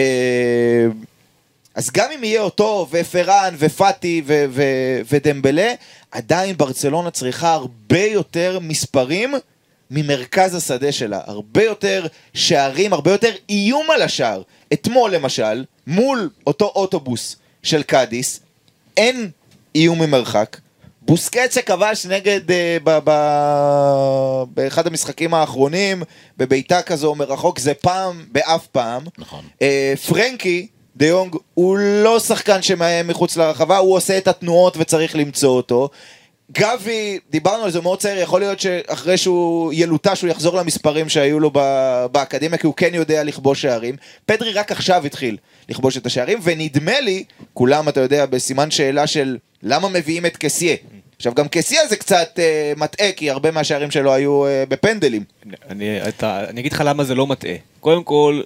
A: אז גם אם יהיה אותו ופרן ופאטי ודמבלה, עדיין ברצלונה צריכה הרבה יותר מספרים ממרכז השדה שלה, הרבה יותר שערים, הרבה יותר איום על השער. אתמול למשל, מול אותו אוטובוס של קאדיס, אין איום ממרחק, בוסקט שכבש נגד באחד המשחקים האחרונים, בביתה כזו מרחוק, זה פעם באף פעם.
D: נכון.
A: פרנקי דיונג הוא לא שחקן שמאיים מחוץ לרחבה, הוא עושה את התנועות וצריך למצוא אותו. גבי, דיברנו על זה מאוד צעיר, יכול להיות שאחרי שהוא ילוטש הוא יחזור למספרים שהיו לו באקדמיה, כי הוא כן יודע לכבוש שערים. פדרי רק עכשיו התחיל לכבוש את השערים, ונדמה לי, כולם אתה יודע בסימן שאלה של למה מביאים את קסיה. עכשיו גם קסיה זה קצת מטעה, כי הרבה מהשערים שלו היו בפנדלים.
C: אני אגיד לך למה זה לא מטעה. קודם כל,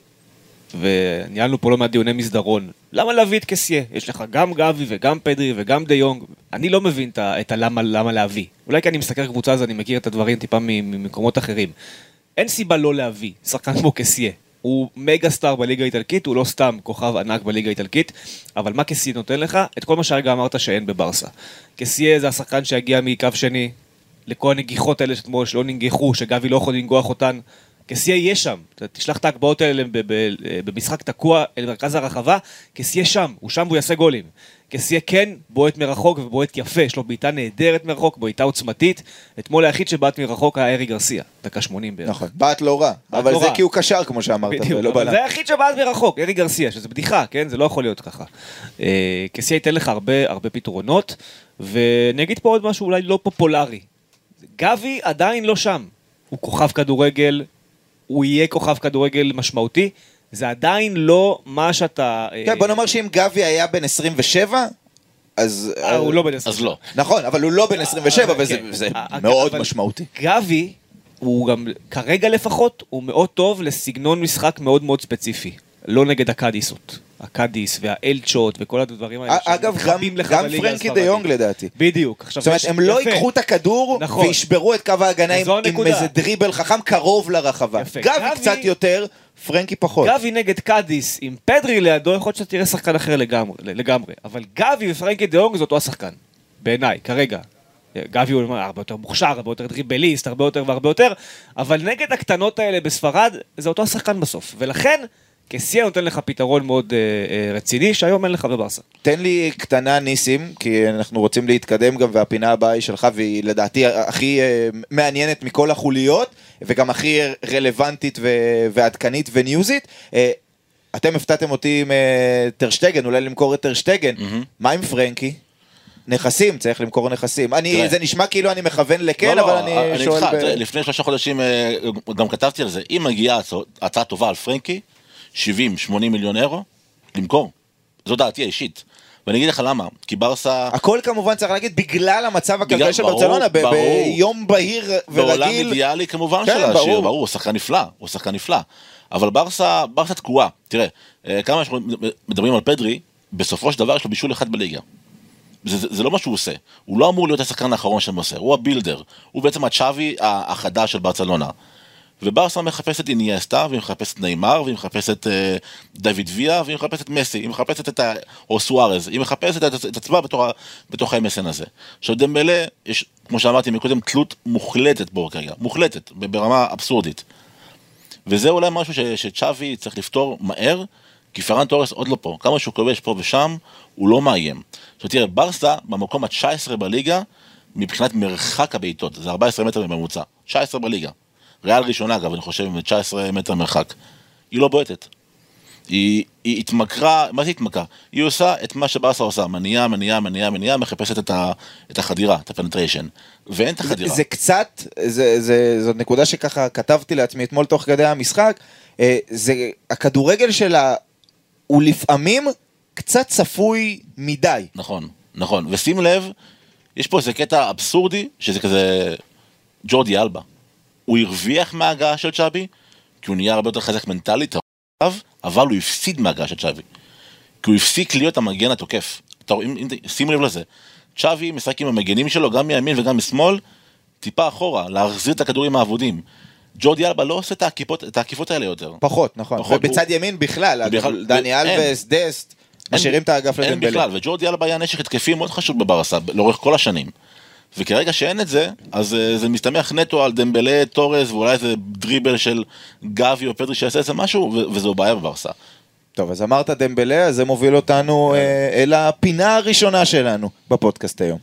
C: וניהלנו פה לא מהדיוני מסדרון, למה להביא את קסיה? יש לך גם גבי וגם פדרי וגם דיונג, אני לא מבין את למה להביא. אולי כי אני מסתכל קבוצה אז אני מכיר את הדברים טיפה ממקומות אחרים. אין סיבה לא להביא שחקן כמו קסיה. הוא מגה סטאר בליגה האיטלקית, הוא לא סתם כוכב ענק בליגה האיטלקית, אבל מה קסיה נותן לך? את כל מה שהרגע אמרת שאין בברסה. קסיה זה השחקן שהגיע מקו שני, לכל הנגיחות האלה שתמור שלא ננגחו, שגבי לא יכול לנגוח אותן, קסיה יהיה שם, תשלח את ההקבעות האלה במשחק תקוע אל מרכז הרחבה, קסיה שם, הוא שם והוא יעשה גולים. קסיה כן בועט מרחוק ובועט יפה, יש לו בעיטה נהדרת מרחוק, בעיטה עוצמתית. אתמול היחיד שבעט מרחוק היה ארי גרסיה, דקה 80 בערך.
A: נכון, בעט לא רע, אבל זה כי הוא קשר כמו שאמרת.
C: זה היחיד שבעט מרחוק, ארי גרסיה, שזה בדיחה, כן? זה לא יכול להיות ככה. קסיה ייתן לך הרבה פתרונות, ואני אגיד פה עוד משהו אולי לא פופולרי. גבי עדיין לא שם. הוא כוכב כדורגל, הוא יהיה כוכב כדורגל משמעותי, זה עדיין לא מה שאתה...
A: כן, בוא נאמר שאם גבי היה בן 27, אז...
C: הוא לא בן 27.
D: אז לא.
A: נכון, אבל הוא לא בן 27, וזה מאוד משמעותי.
C: גבי, הוא גם, כרגע לפחות, הוא מאוד טוב לסגנון משחק מאוד מאוד ספציפי. לא נגד הקאדיסות. הקאדיס והאלצ'ות וכל הדברים האלה.
A: אגב, גם פרנקי דיונג לדעתי.
C: בדיוק.
A: זאת אומרת, הם לא ייקחו את הכדור וישברו את קו ההגנה עם איזה דריבל חכם קרוב לרחבה. גבי קצת יותר, פרנקי פחות.
C: גבי נגד קאדיס עם פדרי לידו, יכול להיות שתראה שחקן אחר לגמרי. אבל גבי ופרנקי דיונג זה אותו השחקן. בעיניי, כרגע. גבי הוא הרבה יותר מוכשר, הרבה יותר דריבליסט, הרבה יותר והרבה יותר, אבל נגד הקטנות האלה בספרד, זה אותו השחקן בסוף. ולכן, קסיה נותן לך פתרון מאוד רציני, שהיום אין לך בברסה.
A: תן לי קטנה ניסים, כי אנחנו רוצים להתקדם גם, והפינה הבאה היא שלך, והיא לדעתי הכי מעניינת מכל החוליות, וגם הכי רלוונטית ועדכנית וניוזית. אתם הפתעתם אותי עם טרשטגן, אולי למכור את טרשטגן. מה עם פרנקי? נכסים, צריך למכור נכסים. זה נשמע כאילו אני מכוון לכן, אבל אני שואל...
D: לפני 3 חודשים גם כתבתי על זה, אם מגיעה הצעה טובה על פרנקי, 70-80 מיליון אירו, למכור. זו דעתי האישית. ואני אגיד לך למה, כי ברסה...
A: הכל כמובן צריך להגיד, בגלל המצב הכלכלי של ברצלונה, ביום בהיר ורגיל...
D: בעולם אידיאלי כמובן של השיר, ברור, הוא שחקן נפלא, הוא שחקן נפלא. אבל ברסה תקועה. תראה, כמה מדברים על פדרי, בסופו של דבר יש לו בישול אחד בליגה. זה לא מה שהוא עושה. הוא לא אמור להיות השחקן האחרון שמוסר, הוא הבילדר. הוא בעצם הצ'אבי החדש של ברצלונה. וברסה מחפשת אינייסטה, והיא מחפשת ניימר, והיא מחפשת דוד ויה, והיא מחפשת מסי, היא מחפשת או סוארז, היא מחפשת את עצמה בתוך המסן הזה. עכשיו דמבלה, יש, כמו שאמרתי מקודם, תלות מוחלטת בו כרגע, מוחלטת, ברמה אבסורדית. וזה אולי משהו שצ'אבי צריך לפתור מהר, כי פרן טורס עוד לא פה. כמה שהוא כובש פה ושם, הוא לא מאיים. עכשיו תראה, ברסה במקום ה-19 בליגה, מבחינת מרחק הבעיטות, זה 14 מטר בממוצע, 19 בליגה. ריאל ראשונה, אגב, אני חושב, עם 19 מטר מרחק. היא לא בועטת. היא התמכרה, מה זה התמכרה? היא עושה את מה שברסה עושה, מניעה, מחפשת את החדירה, את הפנטריישן. ואין את החדירה.
A: זה קצת, זאת נקודה שככה כתבתי לעצמי אתמול תוך כדי המשחק, הכדורגל שלה הוא לפעמים קצת צפוי מדי.
D: נכון. ושים לב, יש פה איזה קטע אבסורדי, שזה כזה ג'ורדי אלבה. הוא הרוויח מההגעה של צ'אבי, כי הוא נהיה הרבה יותר חזק מנטלית, אבל הוא הפסיד מההגעה של צ'אבי. כי הוא הפסיק להיות המגן התוקף. שים לב לזה. צ'אבי משחק עם המגנים שלו, גם מימין וגם משמאל, טיפה אחורה, להחזיר את הכדורים העבודים. ג'ורדי אלבה לא עושה את העקיפות האלה יותר.
A: פחות, נכון. ובצד ימין בכלל, דני אלבס, דסט, משאירים את האגף לדמבלה.
D: אין בכלל, וג'ורדי אלבה היה נשק התקפי מאוד חשוב בברסה, לאורך כל השנים. וכרגע שאין את זה, אז זה מסתמך נטו על דמבלה, טורס, ואולי איזה דריבל של גבי או פדרי שיעשה איזה משהו, וזו בעיה בברסה.
A: טוב, אז אמרת דמבלה, אז זה מוביל אותנו אל הפינה הראשונה שלנו בפודקאסט היום.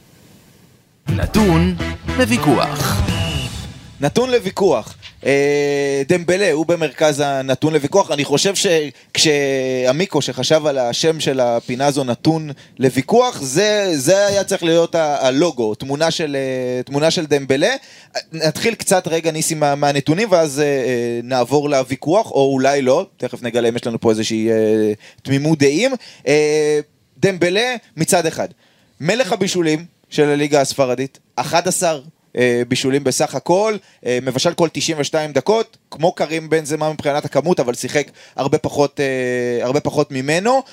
B: נתון לוויכוח.
A: נתון לוויכוח. דמבלה הוא במרכז הנתון לוויכוח. אני חושב שכשהמיקו שחשב על השם של הפינה הזו נתון לוויכוח, זה היה צריך להיות הלוגו, תמונה של דמבלה. נתחיל קצת רגע ניסי מהנתונים ואז נעבור לוויכוח, או אולי לא, תכף נגלה אם יש לנו פה איזושהי תמימות דעים. דמבלה מצד אחד, מלך הבישולים של הליגה הספרדית, 11 בישולים בסך הכל, מבשל כל 92 דקות, כמו קרים בנזמה מבחינת הכמות, אבל שיחק הרבה פחות ממנו.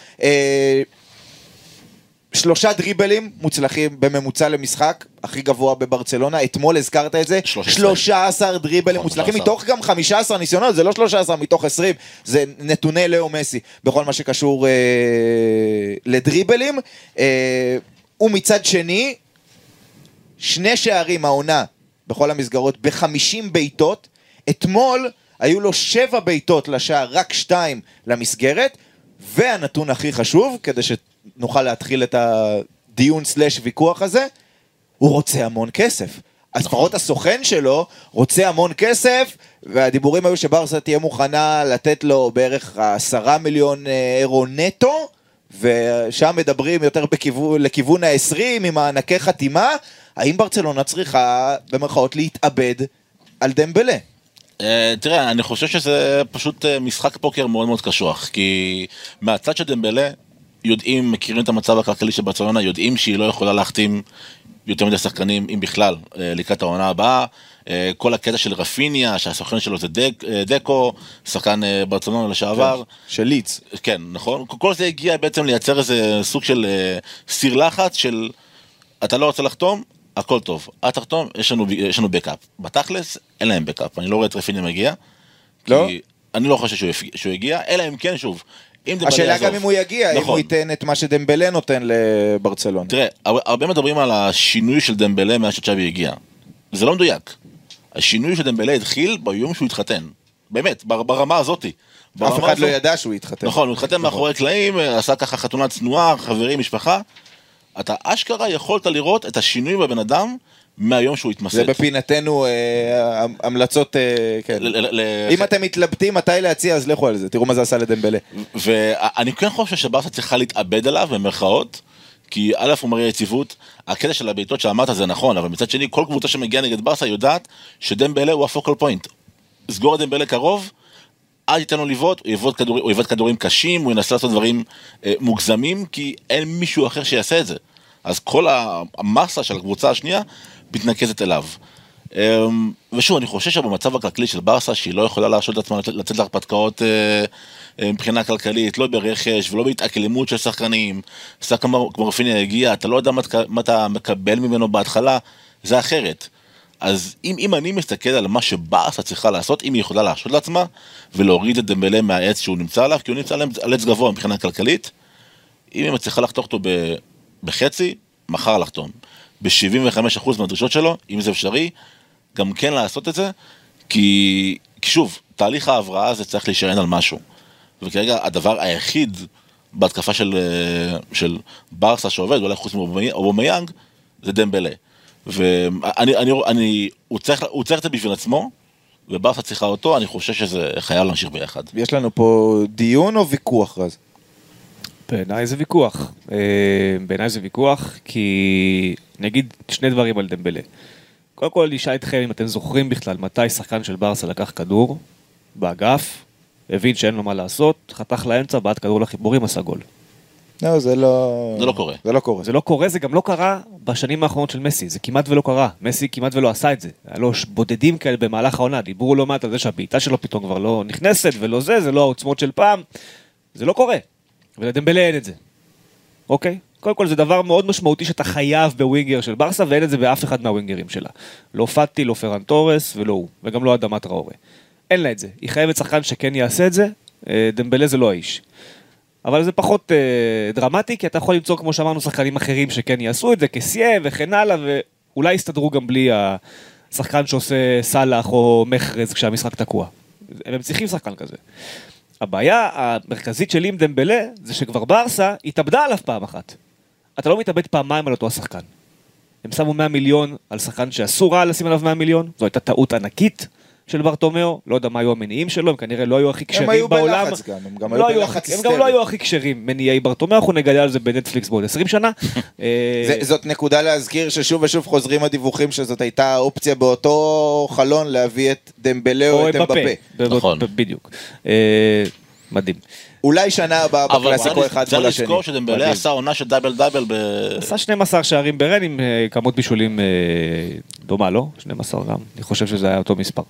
A: 3 דריבלים מוצלחים בממוצע למשחק, הכי גבוה בברצלונה, אתמול הזכרת את זה, 13 דריבלים מוצלחים, מתוך גם 15 ניסיונות, זה לא 13 מתוך 20, זה נתוני לאו מסי, בכל מה שקשור לדריבלים. ומצד שני, 2 שערים העונה בכל המסגרות ב50 בעיטות, אתמול היו לו 7 בעיטות לשער, רק 2 למסגרת, והנתון הכי חשוב, כדי שנוכל להתחיל את הדיון סלש ויכוח הזה, הוא רוצה המון כסף. אז פחות הסוכן שלו רוצה המון כסף, והדיבורים היו שברסה תהיה מוכנה לתת לו בערך 10 מיליון אירו נטו, ושם מדברים יותר לכיוון ה-20 עם מענקי חתימה. האם ברצלונה צריכה במרכאות להתאבד על דמבלה?
D: תראה, אני חושב שזה פשוט משחק פוקר מאוד מאוד קשוח, כי מהצד של דמבלה יודעים, מכירים את המצב הכלכלי של ברצלונה, יודעים שהיא לא יכולה להחתים יותר מדי שחקנים, אם בכלל, לקראת העונה הבאה. כל הקטע של רפיניה, שהסוכן שלו זה דקו, שחקן ברצלונה לשעבר.
A: של ליץ.
D: כן, נכון. כל זה הגיע בעצם לייצר איזה סוג של סיר לחץ של, אתה לא רוצה לחתום, הכל טוב. את תחתום, יש לנו בקאפ. בתכלס, אין להם בקאפ. אני לא רואה את רפיניה מגיע.
A: לא?
D: אני לא חושב שהוא יגיע, אלא אם כן שוב.
A: השאלה גם אם הוא יגיע, אם הוא ייתן את מה שדמבלה נותן לברצלונה.
D: תראה, הרבה מדברים על השינוי של דמבלה מאז שצ'אבי הגיע. זה לא מדויק. השינוי של דמבלה התחיל ביום שהוא התחתן. באמת, ברמה הזאת.
A: אף אחד לא ידע שהוא התחתן.
D: נכון, הוא התחתן מאחורי קלעים, עשה ככה חתונה צנועה, חברים, משפחה. אתה אשכרה יכולת לראות את השינוי בבן אדם מהיום שהוא התמסד.
A: זה בפינתנו המלצות, כן. אם אתם מתלבטים מתי להציע, אז לכו על זה, תראו מה זה עשה לדמבלה.
D: ואני כן חושב שברסה צריכה להתאבד עליו במרכאות, כי א' הוא מראה יציבות, הקטע של הבעיטות שאמרת זה נכון, אבל מצד שני, כל קבוצה שמגיעה נגד ברסה יודעת שדמבלה הוא הפוקל פוינט. סגור את דמבלה קרוב, אל ייתן לו לבעוט, הוא יבעט כדורים קשים, הוא ינסה לעשות דברים מוגזמים, כי אין מישהו אחר שיעשה את זה. אז כל המסה של הקבוצה השנייה מתנקזת אליו. ושוב, אני חושב שבמצב הכלכלי של ברסה, שהיא לא יכולה להרשות את עצמה לצאת להרפתקאות מבחינה כלכלית, לא ברכש ולא בהתאקלמות של שחקנים, שחקן כמו רפיניה הגיע, אתה לא יודע מה אתה מקבל ממנו בהתחלה, זה אחרת. אז אם אני מסתכל על מה שברסה צריכה לעשות, אם היא יכולה להרשות לעצמה, ולהוריד את דמבלה מהעץ שהוא נמצא עליו, כי הוא נמצא על עץ גבוה מבחינה כלכלית, אם היא מצליחה לחתוך אותו בחצי, מחר לחתום. ב-75% מהדרישות שלו, אם זה אפשרי, גם כן לעשות את זה, כי שוב, תהליך ההבראה הזה צריך להישען על משהו. וכרגע הדבר היחיד בהתקפה של ברסה שעובד, אולי חוץ מאובמיאנג, זה דמבלה. הוא צריך את זה בשביל עצמו, וברסה צריכה אותו, אני חושב שזה חייב להמשיך ביחד.
A: יש לנו פה דיון או ויכוח, רז?
C: בעיניי זה ויכוח, כי נגיד שני דברים על דמבלה. קודם כל, נשאל אתכם אם אתם זוכרים בכלל מתי שחקן של ברסה לקח כדור באגף, הבין שאין לו מה לעשות, חתך לאמצע, בעט כדור לחיבורים, עשה גול.
A: לא, זה לא קורה.
C: זה לא קורה, זה גם לא קרה בשנים האחרונות של מסי, זה כמעט ולא קרה. מסי כמעט ולא עשה את זה. היה לו בודדים כאלה במהלך העונה, דיברו לא מעט על זה שהבעיטה שלו פתאום כבר לא נכנסת, ולא זה לא העוצמות של פעם. זה לא קורה. ולדמבלה אין את זה. אוקיי? קודם כל זה דבר מאוד משמעותי שאתה חייב בווינגר של ברסה, ואין את זה באף אחד מהווינגרים שלה. לא פאטי, לא פרן טורס, ולא הוא. וגם לא אדמת ראורה. אין לה את זה. היא חייבת שחקן שכן יעשה את זה, דמבלה זה לא האיש. אבל זה פחות דרמטי, כי אתה יכול למצוא, כמו שאמרנו, שחקנים אחרים שכן יעשו את זה, כסיה וכן הלאה, ואולי יסתדרו גם בלי השחקן שעושה סלח או מחרז כשהמשחק תקוע. הם צריכים שחקן כזה. הבעיה המרכזית שלי עם דמבלה, זה שכבר ברסה התאבדה עליו פעם אחת. אתה לא מתאבד פעמיים על אותו השחקן. הם שמו 100 מיליון על שחקן שאסור רע לשים עליו 100 מיליון, זו הייתה טעות ענקית של ברטומיאו, לא יודע מה היו המניעים שלו, הם כנראה לא היו הכי קשרים בעולם.
A: הם היו בלחץ גם, הם גם היו בלחץ
C: הם גם לא היו הכי קשרים מניעי ברטומיאו, אנחנו נגלה על זה בנטפליקס בעוד 20 שנה.
A: זאת נקודה להזכיר ששוב ושוב חוזרים הדיווחים שזאת הייתה אופציה באותו חלון להביא את דמבלה או את אמבפה.
C: נכון. בדיוק. מדהים.
A: אולי שנה הבאה בקלאסיקו אחד מול השני.
D: צריך לזכור שדמבלה עשה עונה של דאבל
C: עשה 12 שערים ברן עם כמות בישולים דומה, לא? 12 גם, אני חושב שזה היה אותו מספר.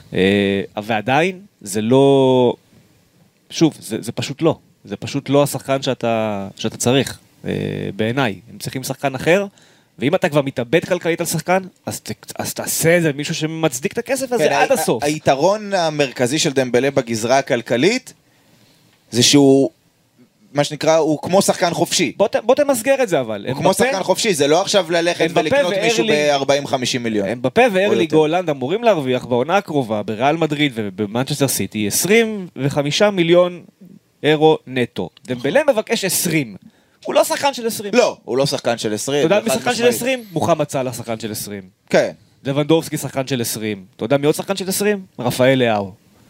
C: ועדיין זה לא, שוב, זה פשוט לא. זה פשוט לא השחקן שאתה צריך, בעיניי. הם צריכים שחקן אחר, ואם אתה כבר מתאבד כלכלית על שחקן, אז תעשה את זה מישהו שמצדיק את הכסף הזה עד הסוף.
A: היתרון המרכזי של דמבלה בגזרה הכלכלית, זה שהוא, מה שנקרא, הוא כמו שחקן חופשי.
C: בוא תמסגר את זה אבל.
A: הוא כמו שחקן חופשי, זה לא עכשיו ללכת ולקנות מישהו ב-40-50 מיליון.
C: אמבפה וארליג הולנד אמורים להרוויח בעונה הקרובה, בריאל מדריד ובמנצ'סטר סיטי, 25 מיליון אירו נטו. דמבלה מבקש 20. הוא לא שחקן של 20.
A: לא, הוא לא שחקן של 20.
C: אתה יודע מי שחקן של 20? מוחמד סלאח שחקן של 20.
A: כן.
C: לבנדובסקי שחקן של 20. אתה יודע מי עוד שחקן של 20? רפאל לאו.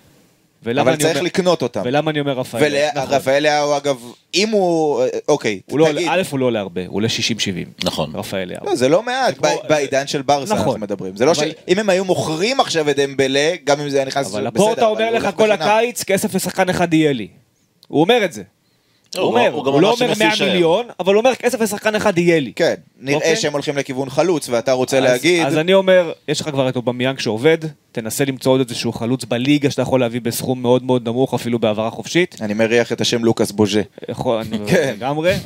A: אבל צריך לקנות אותם.
C: ולמה אני אומר רפאל?
A: רפאל לאו, אגב, אם הוא, אוקיי,
C: תגיד. א' הוא לא עולה הרבה, הוא עולה 60-70.
D: נכון.
C: רפאל לאו.
A: לא, זה לא מעט, בעידן של ברסה אנחנו מדברים. זה לא שאם הם היו מוכרים עכשיו את דמבלה, גם אם זה היה נכנס בסדר.
C: אבל הפורטה אומר לך כל הקיץ, כסף לשחקן אחד יהיה לי. הוא אומר את זה. הוא לא אומר 100 מיליון, אבל הוא אומר כסף לשחקן אחד יהיה לי.
A: כן, נראה שהם הולכים לכיוון חלוץ, ואתה רוצה להגיד...
C: אז אני אומר, יש לך כבר את אובמיאנג שעובד, תנסה למצוא עוד איזשהו חלוץ בליגה שאתה יכול להביא בסכום מאוד מאוד נמוך, אפילו בעברה חופשית.
A: אני מריח את השם לוקאס בוז'ה.
C: לגמרי.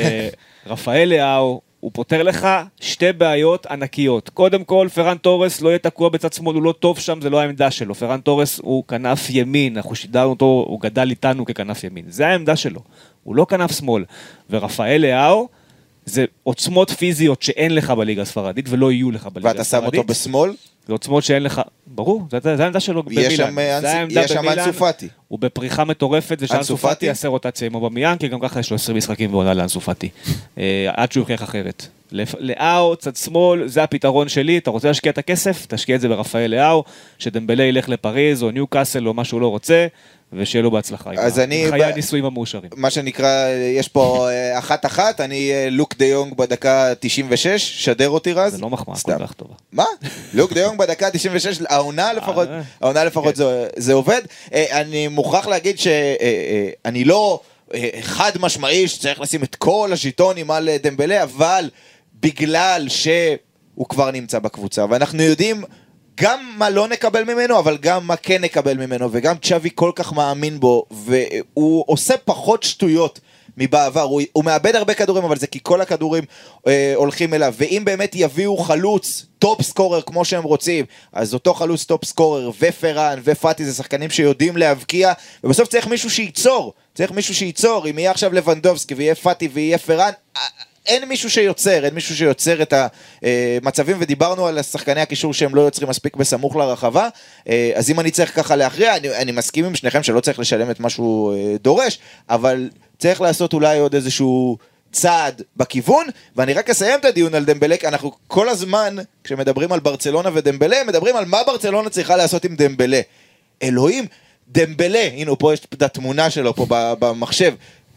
C: רפאל לאו, הוא פותר לך שתי בעיות ענקיות. קודם כל, פרן טורס לא יהיה תקוע בצד שמאל, הוא לא טוב שם, זה לא העמדה שלו. פרן טורס הוא כנף ימין, אנחנו שידרנו אותו, הוא גדל איתנו ככנף ימין. זה העמדה שלו. הוא לא כנף שמאל. ורפאל לאו, זה עוצמות פיזיות שאין לך בליגה הספרדית, ולא יהיו לך בליגה הספרדית.
A: ואתה שם אותו בשמאל?
C: זה עוצמות שאין לך, ברור, זה העמדה שלו במילאן.
A: יש שם אנסופטי.
C: הוא בפריחה מטורפת, ושאנסופטי יעשה רוטציה עם אובמיאנג, כי גם ככה יש לו 20 משחקים ועונה לאנסופטי. עד שהוא יוכיח אחרת. לאו, צד שמאל, זה הפתרון שלי, אתה רוצה להשקיע את הכסף, תשקיע את זה ברפאל לאו, שדמבלה ילך לפריז, או ניוקאסל, או מה שהוא לא רוצה, ושיהיה לו בהצלחה.
A: אז אני...
C: חיי הניסויים המאושרים.
A: מה שנקרא, יש פה אחת, אני לוק דה יונג בדקה 96, שדר אותי רז.
C: זה לא מחמאה, כל כך טובה.
A: מה? לוק דה יונג בדקה 96, העונה לפחות זה עובד. אני מוכרח להגיד שאני לא חד משמעי שצריך לשים את כל הז'יטונים על דמבלה, אבל בגלל שהוא כבר נמצא בקבוצה, ואנחנו יודעים גם מה לא נקבל ממנו, אבל גם מה כן נקבל ממנו, וגם צ'אבי כל כך מאמין בו, והוא עושה פחות שטויות מבעבר, הוא מאבד הרבה כדורים, אבל זה כי כל הכדורים הולכים אליו, ואם באמת יביאו חלוץ טופ סקורר כמו שהם רוצים, אז אותו חלוץ טופ סקורר ופרן ופאטי זה שחקנים שיודעים להבקיע, ובסוף צריך מישהו שייצור, אם יהיה עכשיו לבנדובסקי ויהיה פאטי ויהיה פרן, אין מישהו שיוצר את המצבים, ודיברנו על השחקני הקישור שהם לא יוצרים מספיק בסמוך לרחבה, אז אם אני צריך ככה להכריע, אני מסכים עם שניכם שלא צריך לשלם את מה שהוא דורש, אבל צריך לעשות אולי עוד איזשהו צעד בכיוון, ואני רק אסיים את הדיון על דמבלה, אנחנו כל הזמן, כשמדברים על ברצלונה ודמבלה, מדברים על מה ברצלונה צריכה לעשות עם דמבלה. אלוהים, דמבלה, הנה פה יש את התמונה שלו פה במחשב,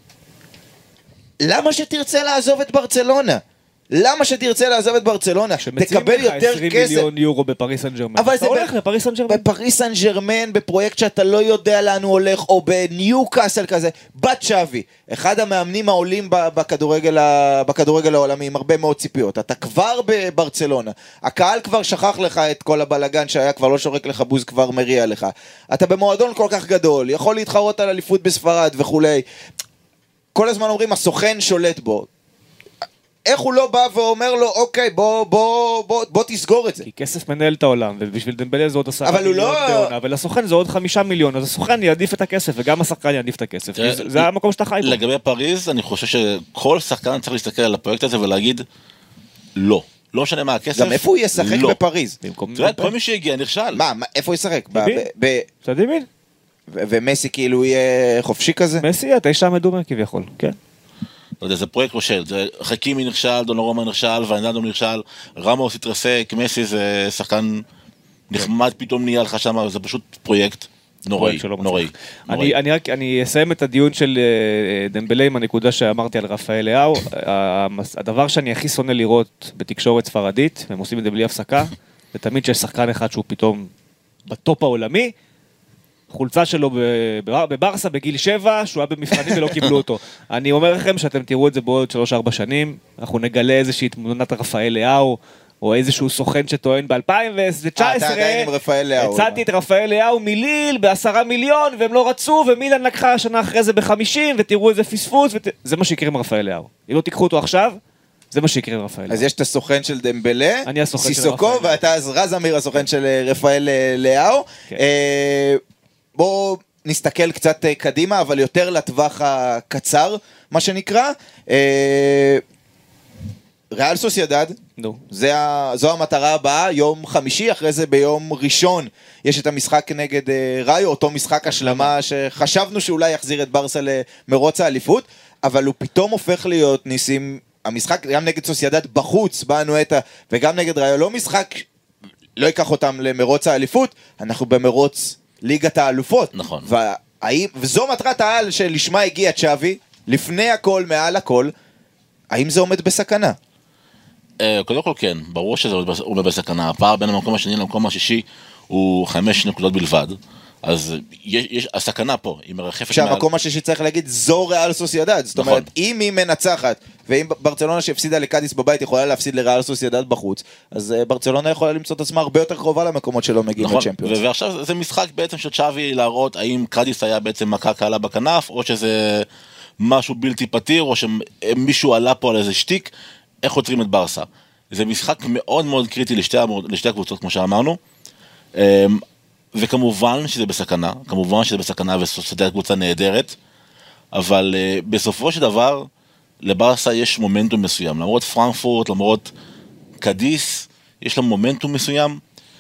A: למה שתרצה לעזוב את ברצלונה? תקבל יותר
C: 20
A: כסף.
C: מיליון יורו בפריס סן ז'רמן.
A: אבל
C: אתה הולך לפריס סן ז'רמן.
A: בפריס סן ז'רמן, בפרויקט שאתה לא יודע לאן הוא הולך, או בניוקאסל כזה, צ'אבי, אחד המאמנים העולים בכדורגל העולמי, עם הרבה מאוד ציפיות. אתה כבר בברצלונה, הקהל כבר שכח לך את כל הבלגן שהיה, כבר לא שורק לך בוז, כבר מריע לך. אתה במועדון כל כך גדול, יכול להתחרות על אליפות בספרד וכולי. כל הזמן אומרים, הסוכן שולט בו. איך הוא לא בא ואומר לו, אוקיי, בוא תסגור את זה.
C: כי כסף מנהל את העולם, ובשביל דמבלה זה עוד 10
A: אבל הוא
C: מיליון
A: לא...
C: בעונה, ולסוכן זה עוד 5 מיליון, אז הסוכן יעדיף את הכסף, וגם השחקן יעדיף את הכסף. זה המקום שאתה חי בו.
D: לגבי פריז, אני חושב שכל שחקן צריך להסתכל על הפרויקט הזה ולהגיד, לא. לא משנה מה הכסף.
A: גם איפה הוא ישחק בפריז?
D: תראה, כל מי שהגיע נכשל.
A: מה, איפה הוא ישחק?
C: צד ימין.
A: ומסי כאילו יהיה חופשי כזה?
C: מסי, התשע המדומה כביכול, כן.
D: לא יודע, זה פרויקט רושל, חכימי נכשל, דונרומה נכשל, ואינדום נכשל, רמוס התרסק, מסי זה שחקן נחמד פתאום נהיה לך שם, זה פשוט פרויקט נוראי.
C: אני אסיים את הדיון של דמבלה עם הנקודה שאמרתי על רפאל לאו, הדבר שאני הכי שונא לראות בתקשורת ספרדית, והם עושים את זה בלי הפסקה, זה תמיד שיש שחקן אחד שהוא פתאום בטופ העולמי, חולצה שלו בברסה בגיל 7, שהוא היה במבחנים ולא קיבלו אותו. אני אומר לכם שאתם תראו את זה בעוד 3-4 שנים, אנחנו נגלה איזושהי תמונת רפאל לאו, או איזשהו סוכן שטוען ב-2019, הצעתי את רפאל לאו מליל ב10 מיליון, והם לא רצו, ומילן לקחה השנה אחרי זה ב50, ותראו איזה פספוס, זה מה שיקרה עם רפאל לאו. אם לא תיקחו אותו עכשיו, זה מה שיקרה עם רפאל לאו.
A: אז יש את הסוכן של דמבלה, סיסוקו,
C: של
A: ואתה רז אמיר, הסוכן של רפאל לאו. בואו נסתכל קצת קדימה, אבל יותר לטווח הקצר, מה שנקרא. ריאל סוסיידד, זו המטרה הבאה, יום חמישי, אחרי זה ביום ראשון יש את המשחק נגד ראיו, אותו משחק השלמה שחשבנו שאולי יחזיר את ברסה למרוץ האליפות, אבל הוא פתאום הופך להיות ניסים, המשחק גם נגד סוסיידד בחוץ, באנואטה, וגם נגד ראיו, לא משחק, לא ייקח אותם למרוץ האליפות, אנחנו במרוץ ליגת האלופות.
D: נכון.
A: וזו מטרת העל שלשמה הגיע צ'אבי, לפני הכל, מעל הכל, האם זה עומד בסכנה?
D: קודם כל כן, ברור שזה עומד בסכנה. הפער בין המקום השני למקום השישי הוא 5 נקודות בלבד. אז יש הסכנה פה, היא מרחפת
A: שהמקום השישי צריך להגיד, זו ריאל סוסיידד. זאת אומרת, אם היא מנצחת, ואם ברצלונה שהפסידה לקאדיס בבית יכולה להפסיד לריאל סוסיידד בחוץ, אז ברצלונה יכולה למצוא את עצמה הרבה יותר קרובה למקומות שלא מגיעים לצ'מפיונס.
D: ועכשיו זה משחק בעצם של צ'אבי להראות האם קאדיס היה בעצם מכה קלה בכנף, או שזה משהו בלתי פתיר, או שמישהו עלה פה על איזה שטיק, איך עוצרים את ברסה. זה משחק מאוד מאוד קריטי לשתי הקבוצות, כמו שאמרנו. וכמובן שזה בסכנה, וסוסיידד קבוצה נהדרת, אבל בסופו של דבר, לברסה יש מומנטום מסוים, למרות פרנקפורט, למרות קדיס, יש לה מומנטום מסוים,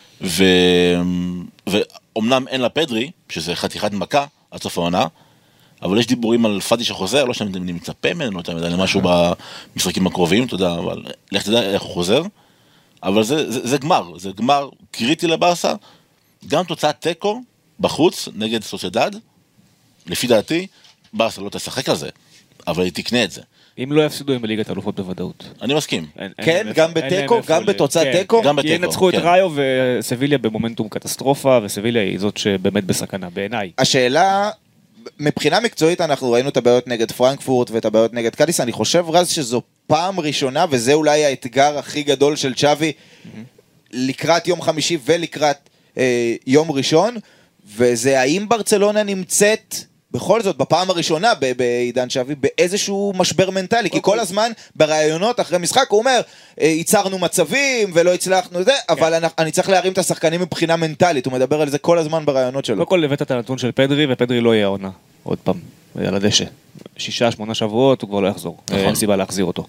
D: ואומנם אין לה פדרי, שזה חתיכת מכה עד סוף העונה, אבל יש דיבורים על פאטי שחוזר, לא שאני מצפה ממנו, לא יודע, למשהו במשחקים הקרובים, אתה יודע, אבל לך תדע איך הוא חוזר, אבל זה גמר קריטי לברסה, גם תוצאת טקו בחוץ נגד סוסיידד, לפי דעתי, ברסה לא תשחק על זה, אבל היא תקנה את זה.
C: אם לא יפסידו עם בליגת האלופות בוודאות.
D: אני מסכים.
A: כן, גם בטקו, גם בתוצאת טקו.
C: כי ינצחו את ראיו וסביליה במומנטום קטסטרופה, וסביליה היא זאת שבאמת בסכנה, בעיניי.
A: השאלה, מבחינה מקצועית אנחנו ראינו את הבעיות נגד פרנקפורט ואת הבעיות נגד קאדיס, אני חושב רז שזו פעם ראשונה, וזה אולי האתגר הכי גדול של צ'אבי, לקראת יום חמישי ולקראת יום ראשון, וזה האם ברצלונה נמצאת בכל זאת, בפעם הראשונה בעידן שווי, באיזשהו משבר מנטלי, כי כל הזמן ברעיונות אחרי משחק הוא אומר, ייצרנו מצבים ולא הצלחנו זה, אבל אני צריך להרים את השחקנים מבחינה מנטלית, הוא מדבר על זה כל הזמן ברעיונות שלו.
C: לא כל הבאת את הנתון של פדרי, ופדרי לא יהיה עונה, עוד פעם, על הדשא. 6-8 שבועות, הוא כבר לא יחזור, אין סיבה להחזיר אותו.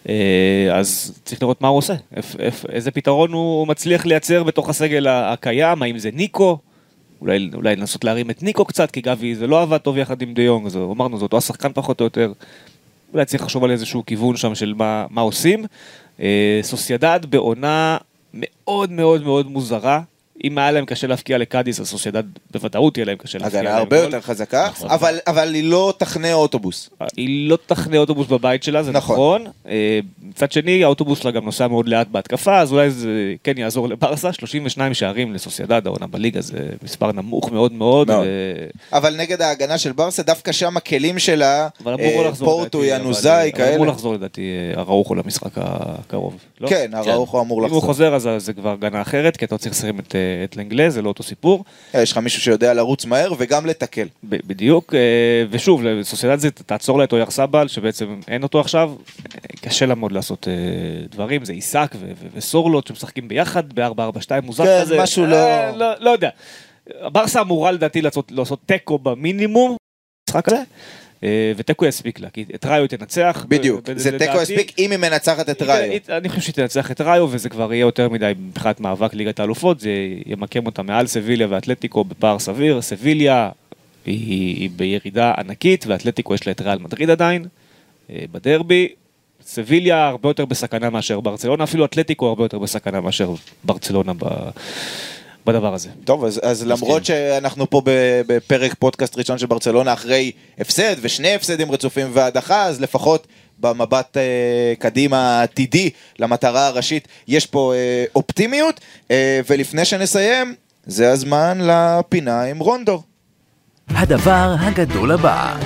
C: אז צריך לראות מה הוא עושה, איזה פתרון הוא מצליח לייצר בתוך הסגל הקיים, האם זה ניקו, אולי לנסות להרים את ניקו קצת, כי גבי זה לא עבד טוב יחד עם דיונג, אז אמרנו, זה אותו השחקן פחות או יותר, אולי צריך לחשוב על איזשהו כיוון שם של מה עושים. סוסיידד בעונה מאוד מאוד מאוד מוזרה, אם היה להם קשה להפקיע לקאדיס, אז סוסיידד בוודאות יהיה להם קשה להפקיע.
A: הגנה הרבה יותר חזקה, אבל היא לא תחנה אוטובוס.
C: היא לא תחנה אוטובוס בבית שלה, זה נכון. מצד שני, האוטובוס שלה גם נוסע מאוד לאט בהתקפה, אז אולי זה כן יעזור לברסה, 32 שערים לסוסיידד, העונה בליגה, זה מספר נמוך מאוד מאוד.
A: אבל נגד ההגנה של ברסה, דווקא שם הכלים שלה, פורטו, ינוזאי, כאלה.
C: אמור לחזור לדעתי אראוחו למשחק הקרוב.
A: כן, אראוחו אמור לחזור.
C: אם הוא חוזר, אז זה כבר הגנה אחרת, כי אתה צריך לסיים את לנגלה, זה לא אותו סיפור.
A: יש לך מישהו שיודע לרוץ מהר וגם לתקל.
C: בדיוק, ושוב, סוסיידד זה תעצור לה את אויר סבל, שבעצם אין אותו עכשיו, קשה לה מאוד לעשות דברים, זה עיסק וסורלוט שמשחקים ביחד, ב-4-4-2 מוזק כזה.
A: כן, משהו
C: לא יודע. ברסה אמורה לדעתי לעשות טקו במינימום, משחק הזה, וטקו יספיק לה, כי את ראיו תנצח.
A: בדיוק, זה טקו יספיק אם היא מנצחת את ראיו.
C: אני חושב שהיא תנצח את ראיו, וזה כבר יהיה יותר מדי מבחינת מאבק ליגת האלופות, זה ימקם אותה מעל סביליה ואתלטיקו בפער סביר. סביליה היא בירידה ענקית, ואתלטיקו יש לה את ריאל מדריד עדיין, בדרבי. סביליה הרבה יותר בסכנה מאשר ברצלונה, אפילו אתלטיקו הרבה יותר בסכנה מאשר ברצלונה בדבר הזה.
A: טוב, אז למרות שאנחנו פה בפרק פודקאסט ראשון של ברצלונה אחרי הפסד ושני הפסדים רצופים והדחה, אז לפחות במבט קדימה עתידי למטרה הראשית יש פה אופטימיות, ולפני שנסיים זה הזמן לפינה עם רונדור.
B: הדבר הגדול הבא.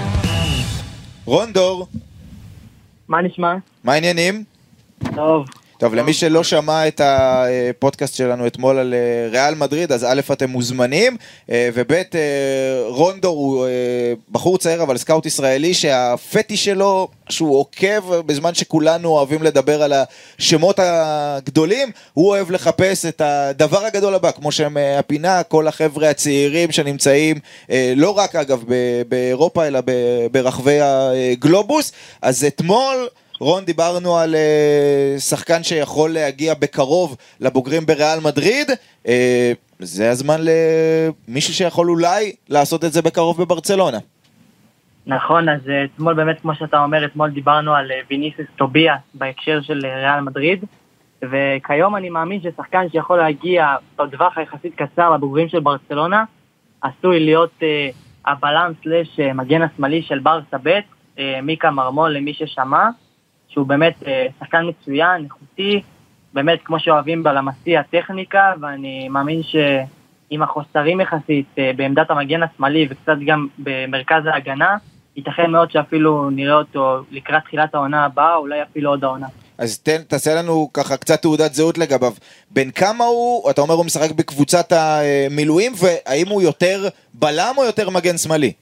A: רונדור,
E: מה נשמע?
A: מה העניינים?
E: טוב.
A: טוב, למי שלא שמע את הפודקאסט שלנו אתמול על ריאל מדריד, אז א' אתם מוזמנים, וב' רונדור הוא בחור צעיר אבל סקאוט ישראלי שהפטי שלו שהוא עוקב בזמן שכולנו אוהבים לדבר על השמות הגדולים, הוא אוהב לחפש את הדבר הגדול הבא, כמו שהם הפינה, כל החבר'ה הצעירים שנמצאים, לא רק אגב באירופה אלא ברחבי הגלובוס. אז אתמול רון, דיברנו על שחקן שיכול להגיע בקרוב לבוגרים בריאל מדריד, זה הזמן למישהו שיכול אולי לעשות את זה בקרוב בברצלונה.
E: נכון, אז אתמול באמת כמו שאתה אומר, אתמול דיברנו על ויניסיוס טוביאס בהקשר של ריאל מדריד, וכיום אני מאמין ששחקן שיכול להגיע בטווח היחסית קצר לבוגרים של ברצלונה, עשוי להיות הבלם סלש מגן השמאלי של ברסה ב', מיקה מרמול למי ששמע, שהוא באמת שחקן מצוין, איכותי, באמת כמו שאוהבים בלמסי הטכניקה, ואני מאמין שעם החוסרים יחסית בעמדת המגן השמאלי וקצת גם במרכז ההגנה, ייתכן מאוד שאפילו נראה אותו לקראת תחילת העונה הבאה, אולי אפילו עוד העונה.
A: אז תעשה לנו ככה קצת תעודת זהות לגביו. בין כמה הוא, אתה אומר הוא משחק בקבוצת המילואים, והאם הוא יותר בלם או יותר מגן שמאלי?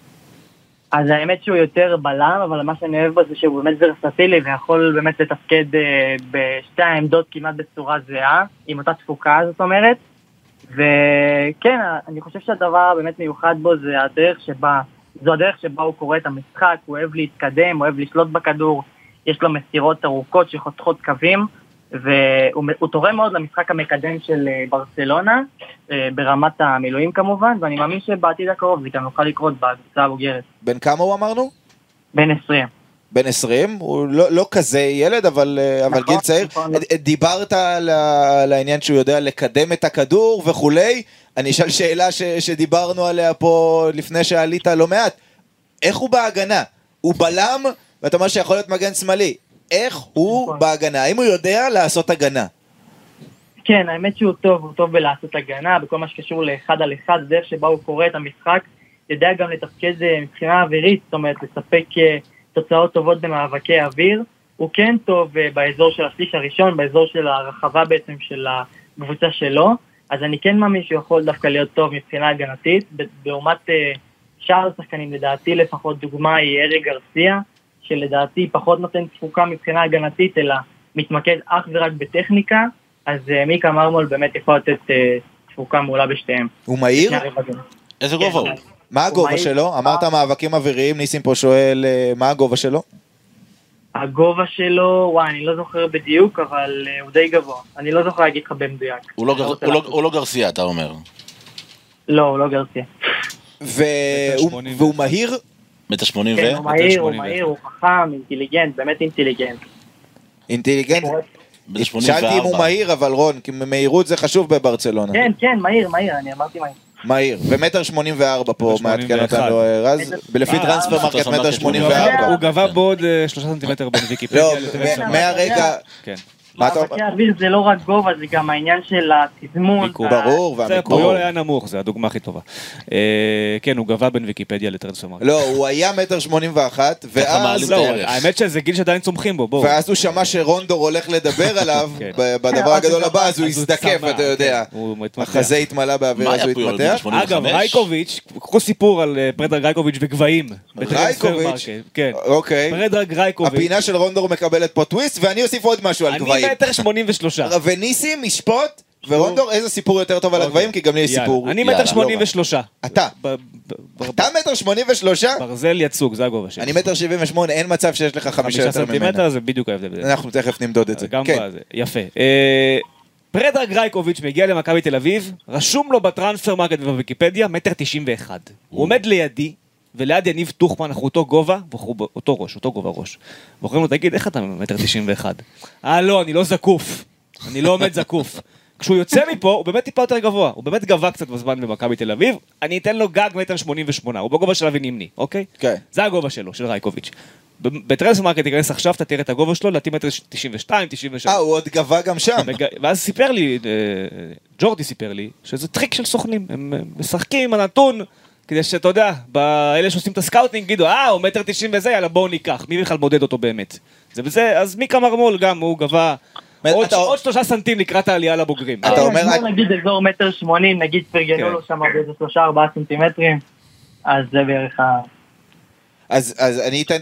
E: אז האמת שהוא יותר בלם, אבל מה שאני אוהב בו זה שהוא באמת ורסטילי, ויכול באמת לתפקד בשתי העמדות כמעט בצורה זהה, עם אותה תפוקה, זאת אומרת. וכן, אני חושב שהדבר באמת מיוחד בו זה זו הדרך שבה הוא קורא את המשחק, הוא אוהב להתקדם, הוא אוהב לשלוט בכדור, יש לו מסירות ארוכות שחותכות קווים, והוא תורם מאוד למשחק המקדם של ברצלונה, ברמת המילואים כמובן, ואני מאמין שבעתיד הקרוב זה גם נוכל לקרות בקבוצה הבוגרת.
A: בין כמה הוא אמרנו?
E: בין 20.
A: בין 20, הוא לא כזה ילד, אבל גיל צעיר. דיברת על העניין שהוא יודע לקדם את הכדור וכולי, אני אשאל שאלה שדיברנו עליה פה לפני שעלית לא מעט, איך הוא בהגנה? הוא בלם, ואתה אומר שיכול להיות מגן שמאלי, איך הוא בהגנה? האם הוא יודע לעשות הגנה?
E: כן, האמת שהוא טוב, הוא טוב בלעשות הגנה, בכל מה שקשור לאחד על אחד, דרך שבה הוא קורא את המשחק, יודע גם לתפקד מבחינה אווירית, זאת אומרת, לספק תוצאות טובות במאבקי אוויר, הוא כן טוב באזור של השליש הראשון, באזור של הרחבה בעצם של הקבוצה שלו, אז אני כן מאמין שהוא יכול דווקא להיות טוב מבחינה הגנתית, לעומת שאר השחקנים, לדעתי לפחות דוגמה היא אריק גרסיה, שלדעתי פחות נותן תפוקה מבחינה הגנתית, אלא מתמקד אך ורק בטכניקה, אז מיקה מרמול באמת יכול לתת תפוקה מעולה בשתיהם.
A: הוא מהיר?
D: איזה גובה הוא?
A: מה הגובה שלו? אמרת מאבקים אוויריים, ניסים פה שואל מה הגובה שלו?
E: הגובה שלו, וואי, אני לא זוכר בדיוק, אבל הוא די גבוה. אני לא זוכר להגיד לך במדויק.
D: הוא לא גרסיה, אתה אומר.
E: לא, הוא לא גרסיה.
A: והוא מהיר?
D: מטר 80
E: כן, הוא מהיר, הוא חכם, אינטליגנט, באמת אינטליגנט.
A: אינטליגנט? שאלתי אם הוא מהיר, אבל רון, כי מהירות זה חשוב בברצלונה.
E: כן, מהיר, אני אמרתי מהיר.
A: מהיר, ומטר 84 פה מעדכן אותנו רז, לפי טרנספר מרקט מטר 84.
C: הוא גבה בעוד 3 סנטימטר בוויקיפדיה.
A: לא, מהרגע...
E: מאבקי אוויר זה לא רק גובה, זה גם העניין של התזמון.
A: ברור, והמיקום.
C: פויול היה נמוך, זה הדוגמה הכי טובה. כן, הוא גבה בין ויקיפדיה לטרנספר מרקט.
A: לא, הוא היה מטר 81, ואז...
C: האמת שזה גיל שעדיין צומחים בו, בואו.
A: ואז הוא שמע שרונדור הולך לדבר עליו, בדבר הגדול הבא, אז הוא הזדקף, אתה יודע. החזה התמלא באוויר, אז הוא התמתח.
C: אגב, רייקוביץ', קחו סיפור על פרדרג רייקוביץ' וגבהים.
A: רייקוביץ',
C: אוקיי. פרדרג רייקוביץ'.
A: הפינה של רונדור מקבלת פה טוויסט, ואני אוסיף עוד משהו על גבהים.
C: מטר 83.
A: וניסים, משפוט, ורונדור, איזה סיפור יותר טוב על הגבהים, כי גם לי יש סיפור.
C: אני מטר 83.
A: אתה מטר 83?
C: ברזל יצוג, זה הגובה שלי.
A: אני מטר 78, אין מצב שיש לך 5 יותר ממנה.
C: סנטימטר זה בדיוק ההבדל.
A: אנחנו תכף נמדוד את זה.
C: גם בזה, יפה. פרדרג רייקוביץ' מגיע למכבי תל אביב, רשום לו בטרנספר מרקט ובוויקיפדיה, מטר 91. הוא עומד לידי, וליד יניב טוחמן, אנחנו אותו גובה, אותו ראש, אותו גובה ראש. ואומרים לו, תגיד, איך אתה מטר 91? לא, אני לא זקוף. אני לא עומד זקוף. כשהוא יוצא מפה, הוא באמת טיפה יותר גבוה. הוא באמת גבה קצת בזמן במכבי תל אביב. אני אתן לו גג מטר 88. הוא בגובה של אבי נימני, אוקיי?
A: כן.
C: זה הגובה שלו, של רייקוביץ'. בטרנספר מרקט תיכנס עכשיו, תתאר את הגובה שלו, לדעתי מטר 92, 93.
A: הוא עוד גבה גם שם.
C: ואז סיפר לי, ג'ורדי סיפר לי, שזה טריק של סוכנים. הם משחקים עם הנתון, כדי שאתה יודע, באלה שעושים את הסקאוטינג, גידו, הוא מטר 90 וזה, יאללה בואו ניקח, מי בכלל מודד אותו באמת? זה וזה, אז מיקה מרמול גם, הוא גבה עוד 3 סנטים לקראת העלייה לבוגרים.
A: אתה אומר...
E: נגיד אזור מטר 80, נגיד פרגנו לו שם באיזה 3-4 סנטימטרים, אז זה בערך ה...
A: אז אני אתן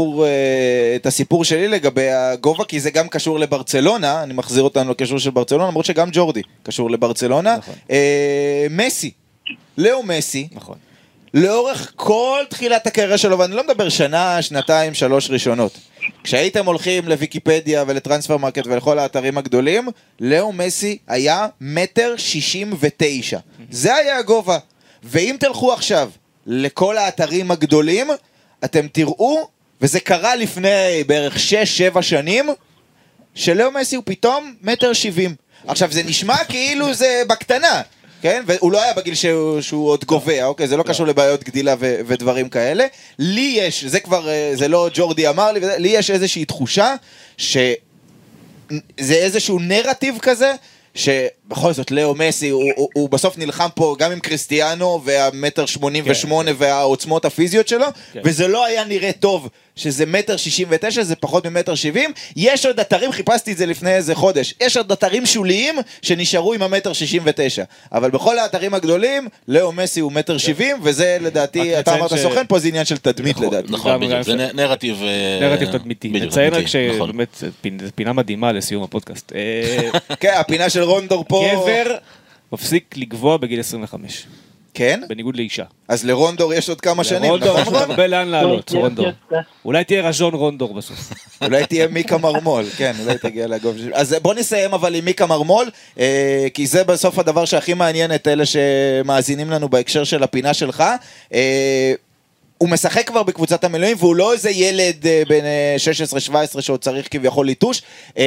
A: את הסיפור שלי לגבי הגובה, כי זה גם קשור לברצלונה, אני מחזיר אותנו לקשור של ברצלונה, למרות שגם ג'ורדי קשור לברצלונה. מסי, לאו מסי,
C: נכון.
A: לאורך כל תחילת הקריירה שלו, ואני לא מדבר שנה, שנתיים, 3 ראשונות. כשהייתם הולכים לוויקיפדיה ולטרנספר מרקט ולכל האתרים הגדולים, לאו מסי היה מטר 69. זה היה הגובה. ואם תלכו עכשיו לכל האתרים הגדולים, אתם תראו, וזה קרה לפני בערך 6-7 שנים, שלאו מסי הוא פתאום מטר 70. עכשיו זה נשמע כאילו זה בקטנה, כן? והוא לא היה בגיל שהוא עוד גובע, אוקיי? זה לא קשור לבעיות גדילה ודברים כאלה. לי יש, זה כבר, זה לא ג'ורדי אמר לי, לי יש איזושהי תחושה שזה איזשהו נרטיב כזה, שבכל זאת לאו מסי הוא בסוף נלחם פה גם עם קריסטיאנו והמטר 88 והעוצמות הפיזיות שלו, וזה לא היה נראה טוב שזה מטר 69, זה פחות ממטר 70. יש עוד אתרים, חיפשתי את זה לפני איזה חודש, יש עוד אתרים שוליים שנשארו עם המטר 69, אבל בכל האתרים הגדולים לאו מסי הוא מטר 70, וזה לדעתי, אתה אמרת סוכן פה, זה עניין של תדמית לדעתי.
D: נכון, בדיוק, זה נרטיב
C: תדמיתי. נציין רק שבאמת זו פינה מדהימה לסיום הפודקאסט.
A: כן, הפינה של רונדור פה.
C: גבר מפסיק לגבוה בגיל 25.
A: כן?
C: בניגוד לאישה.
A: אז לרונדור יש עוד כמה שנים,
C: לרונדור
A: נכון?
C: יש עוד הרבה לאן לעלות, רונדור. אולי תהיה רז'ון רונדור בסוף.
A: אולי תהיה מיקה מרמול, כן, אולי תגיע לגוב. אז בוא נסיים אבל עם מיקה מרמול, כי זה בסוף הדבר שהכי מעניין את אלה שמאזינים לנו בהקשר של הפינה שלך. הוא משחק כבר בקבוצת המילואים, והוא לא איזה ילד בין 16-17 שעוד צריך כביכול ליטוש.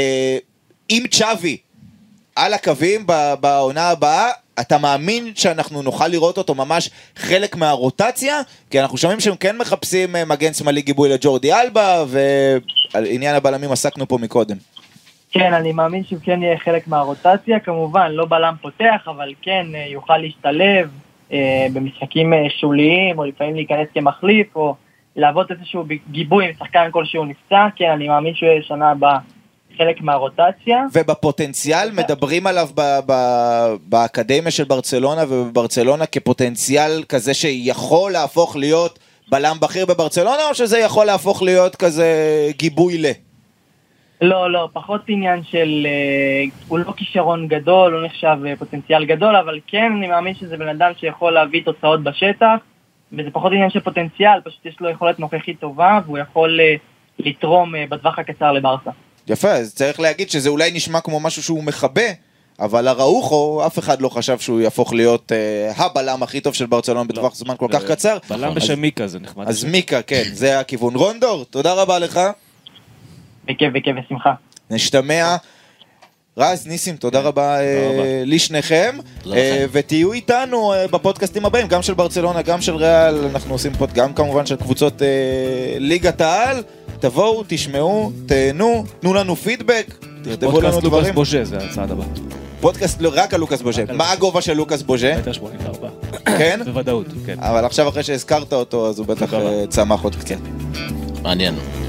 A: עם צ'אבי על הקווים בעונה הבאה, אתה מאמין שאנחנו נוכל לראות אותו ממש חלק מהרוטציה? כי אנחנו שומעים שהם כן מחפשים מגן שמאלי גיבוי לג'ורדי אלבה, ועל עניין הבלמים עסקנו פה מקודם.
E: כן, אני מאמין שהוא כן יהיה חלק מהרוטציה, כמובן, לא בלם פותח, אבל כן יוכל להשתלב במשחקים שוליים, או לפעמים להיכנס כמחליף, או לעבוד איזשהו גיבוי עם שחקן כלשהו נפצע. כן, אני מאמין שהוא יהיה שנה הבאה חלק מהרוטציה.
A: ובפוטנציאל מדברים עליו באקדמיה של ברצלונה ובברצלונה כפוטנציאל כזה שיכול להפוך להיות בלם בכיר בברצלונה, או שזה יכול להפוך להיות כזה גיבוי ל?
E: לא, פחות עניין של, הוא לא כישרון גדול, לא נחשב פוטנציאל גדול, אבל כן אני מאמין שזה בן אדם שיכול להביא תוצאות בשטח, וזה פחות עניין של פוטנציאל, פשוט יש לו יכולת נוכחית טובה, והוא יכול לתרום בטווח הקצר לברסה.
A: יפה, אז צריך להגיד שזה אולי נשמע כמו משהו שהוא מחבא, אבל הראוחו, אף אחד לא חשב שהוא יהפוך להיות הבלם הכי טוב של ברצלונה בטווח זמן כל כך קצר.
C: בלם בשם מיקה, זה נחמד.
A: אז מיקה, כן, זה הכיוון. רונדור, תודה רבה לך.
E: בכיף ושמחה.
A: נשתמע. רז, ניסים, תודה רבה לשניכם, ותהיו איתנו בפודקאסטים הבאים, גם של ברצלונה, גם של ריאל, אנחנו עושים פה גם כמובן של קבוצות ליגת העל, תבואו, תשמעו, תהנו, תנו לנו פידבק, תכתבו לנו דברים.
C: פודקאסט לוקאס בוז'ה, זה הצעד הבא.
A: פודקאסט רק על לוקאס בוז'ה. מה הגובה של לוקאס בוז'ה?
C: 1.84.
A: כן?
C: בוודאות, כן.
A: אבל עכשיו אחרי שהזכרת אותו, אז הוא בטח צמח עוד קצת.
D: מעניין.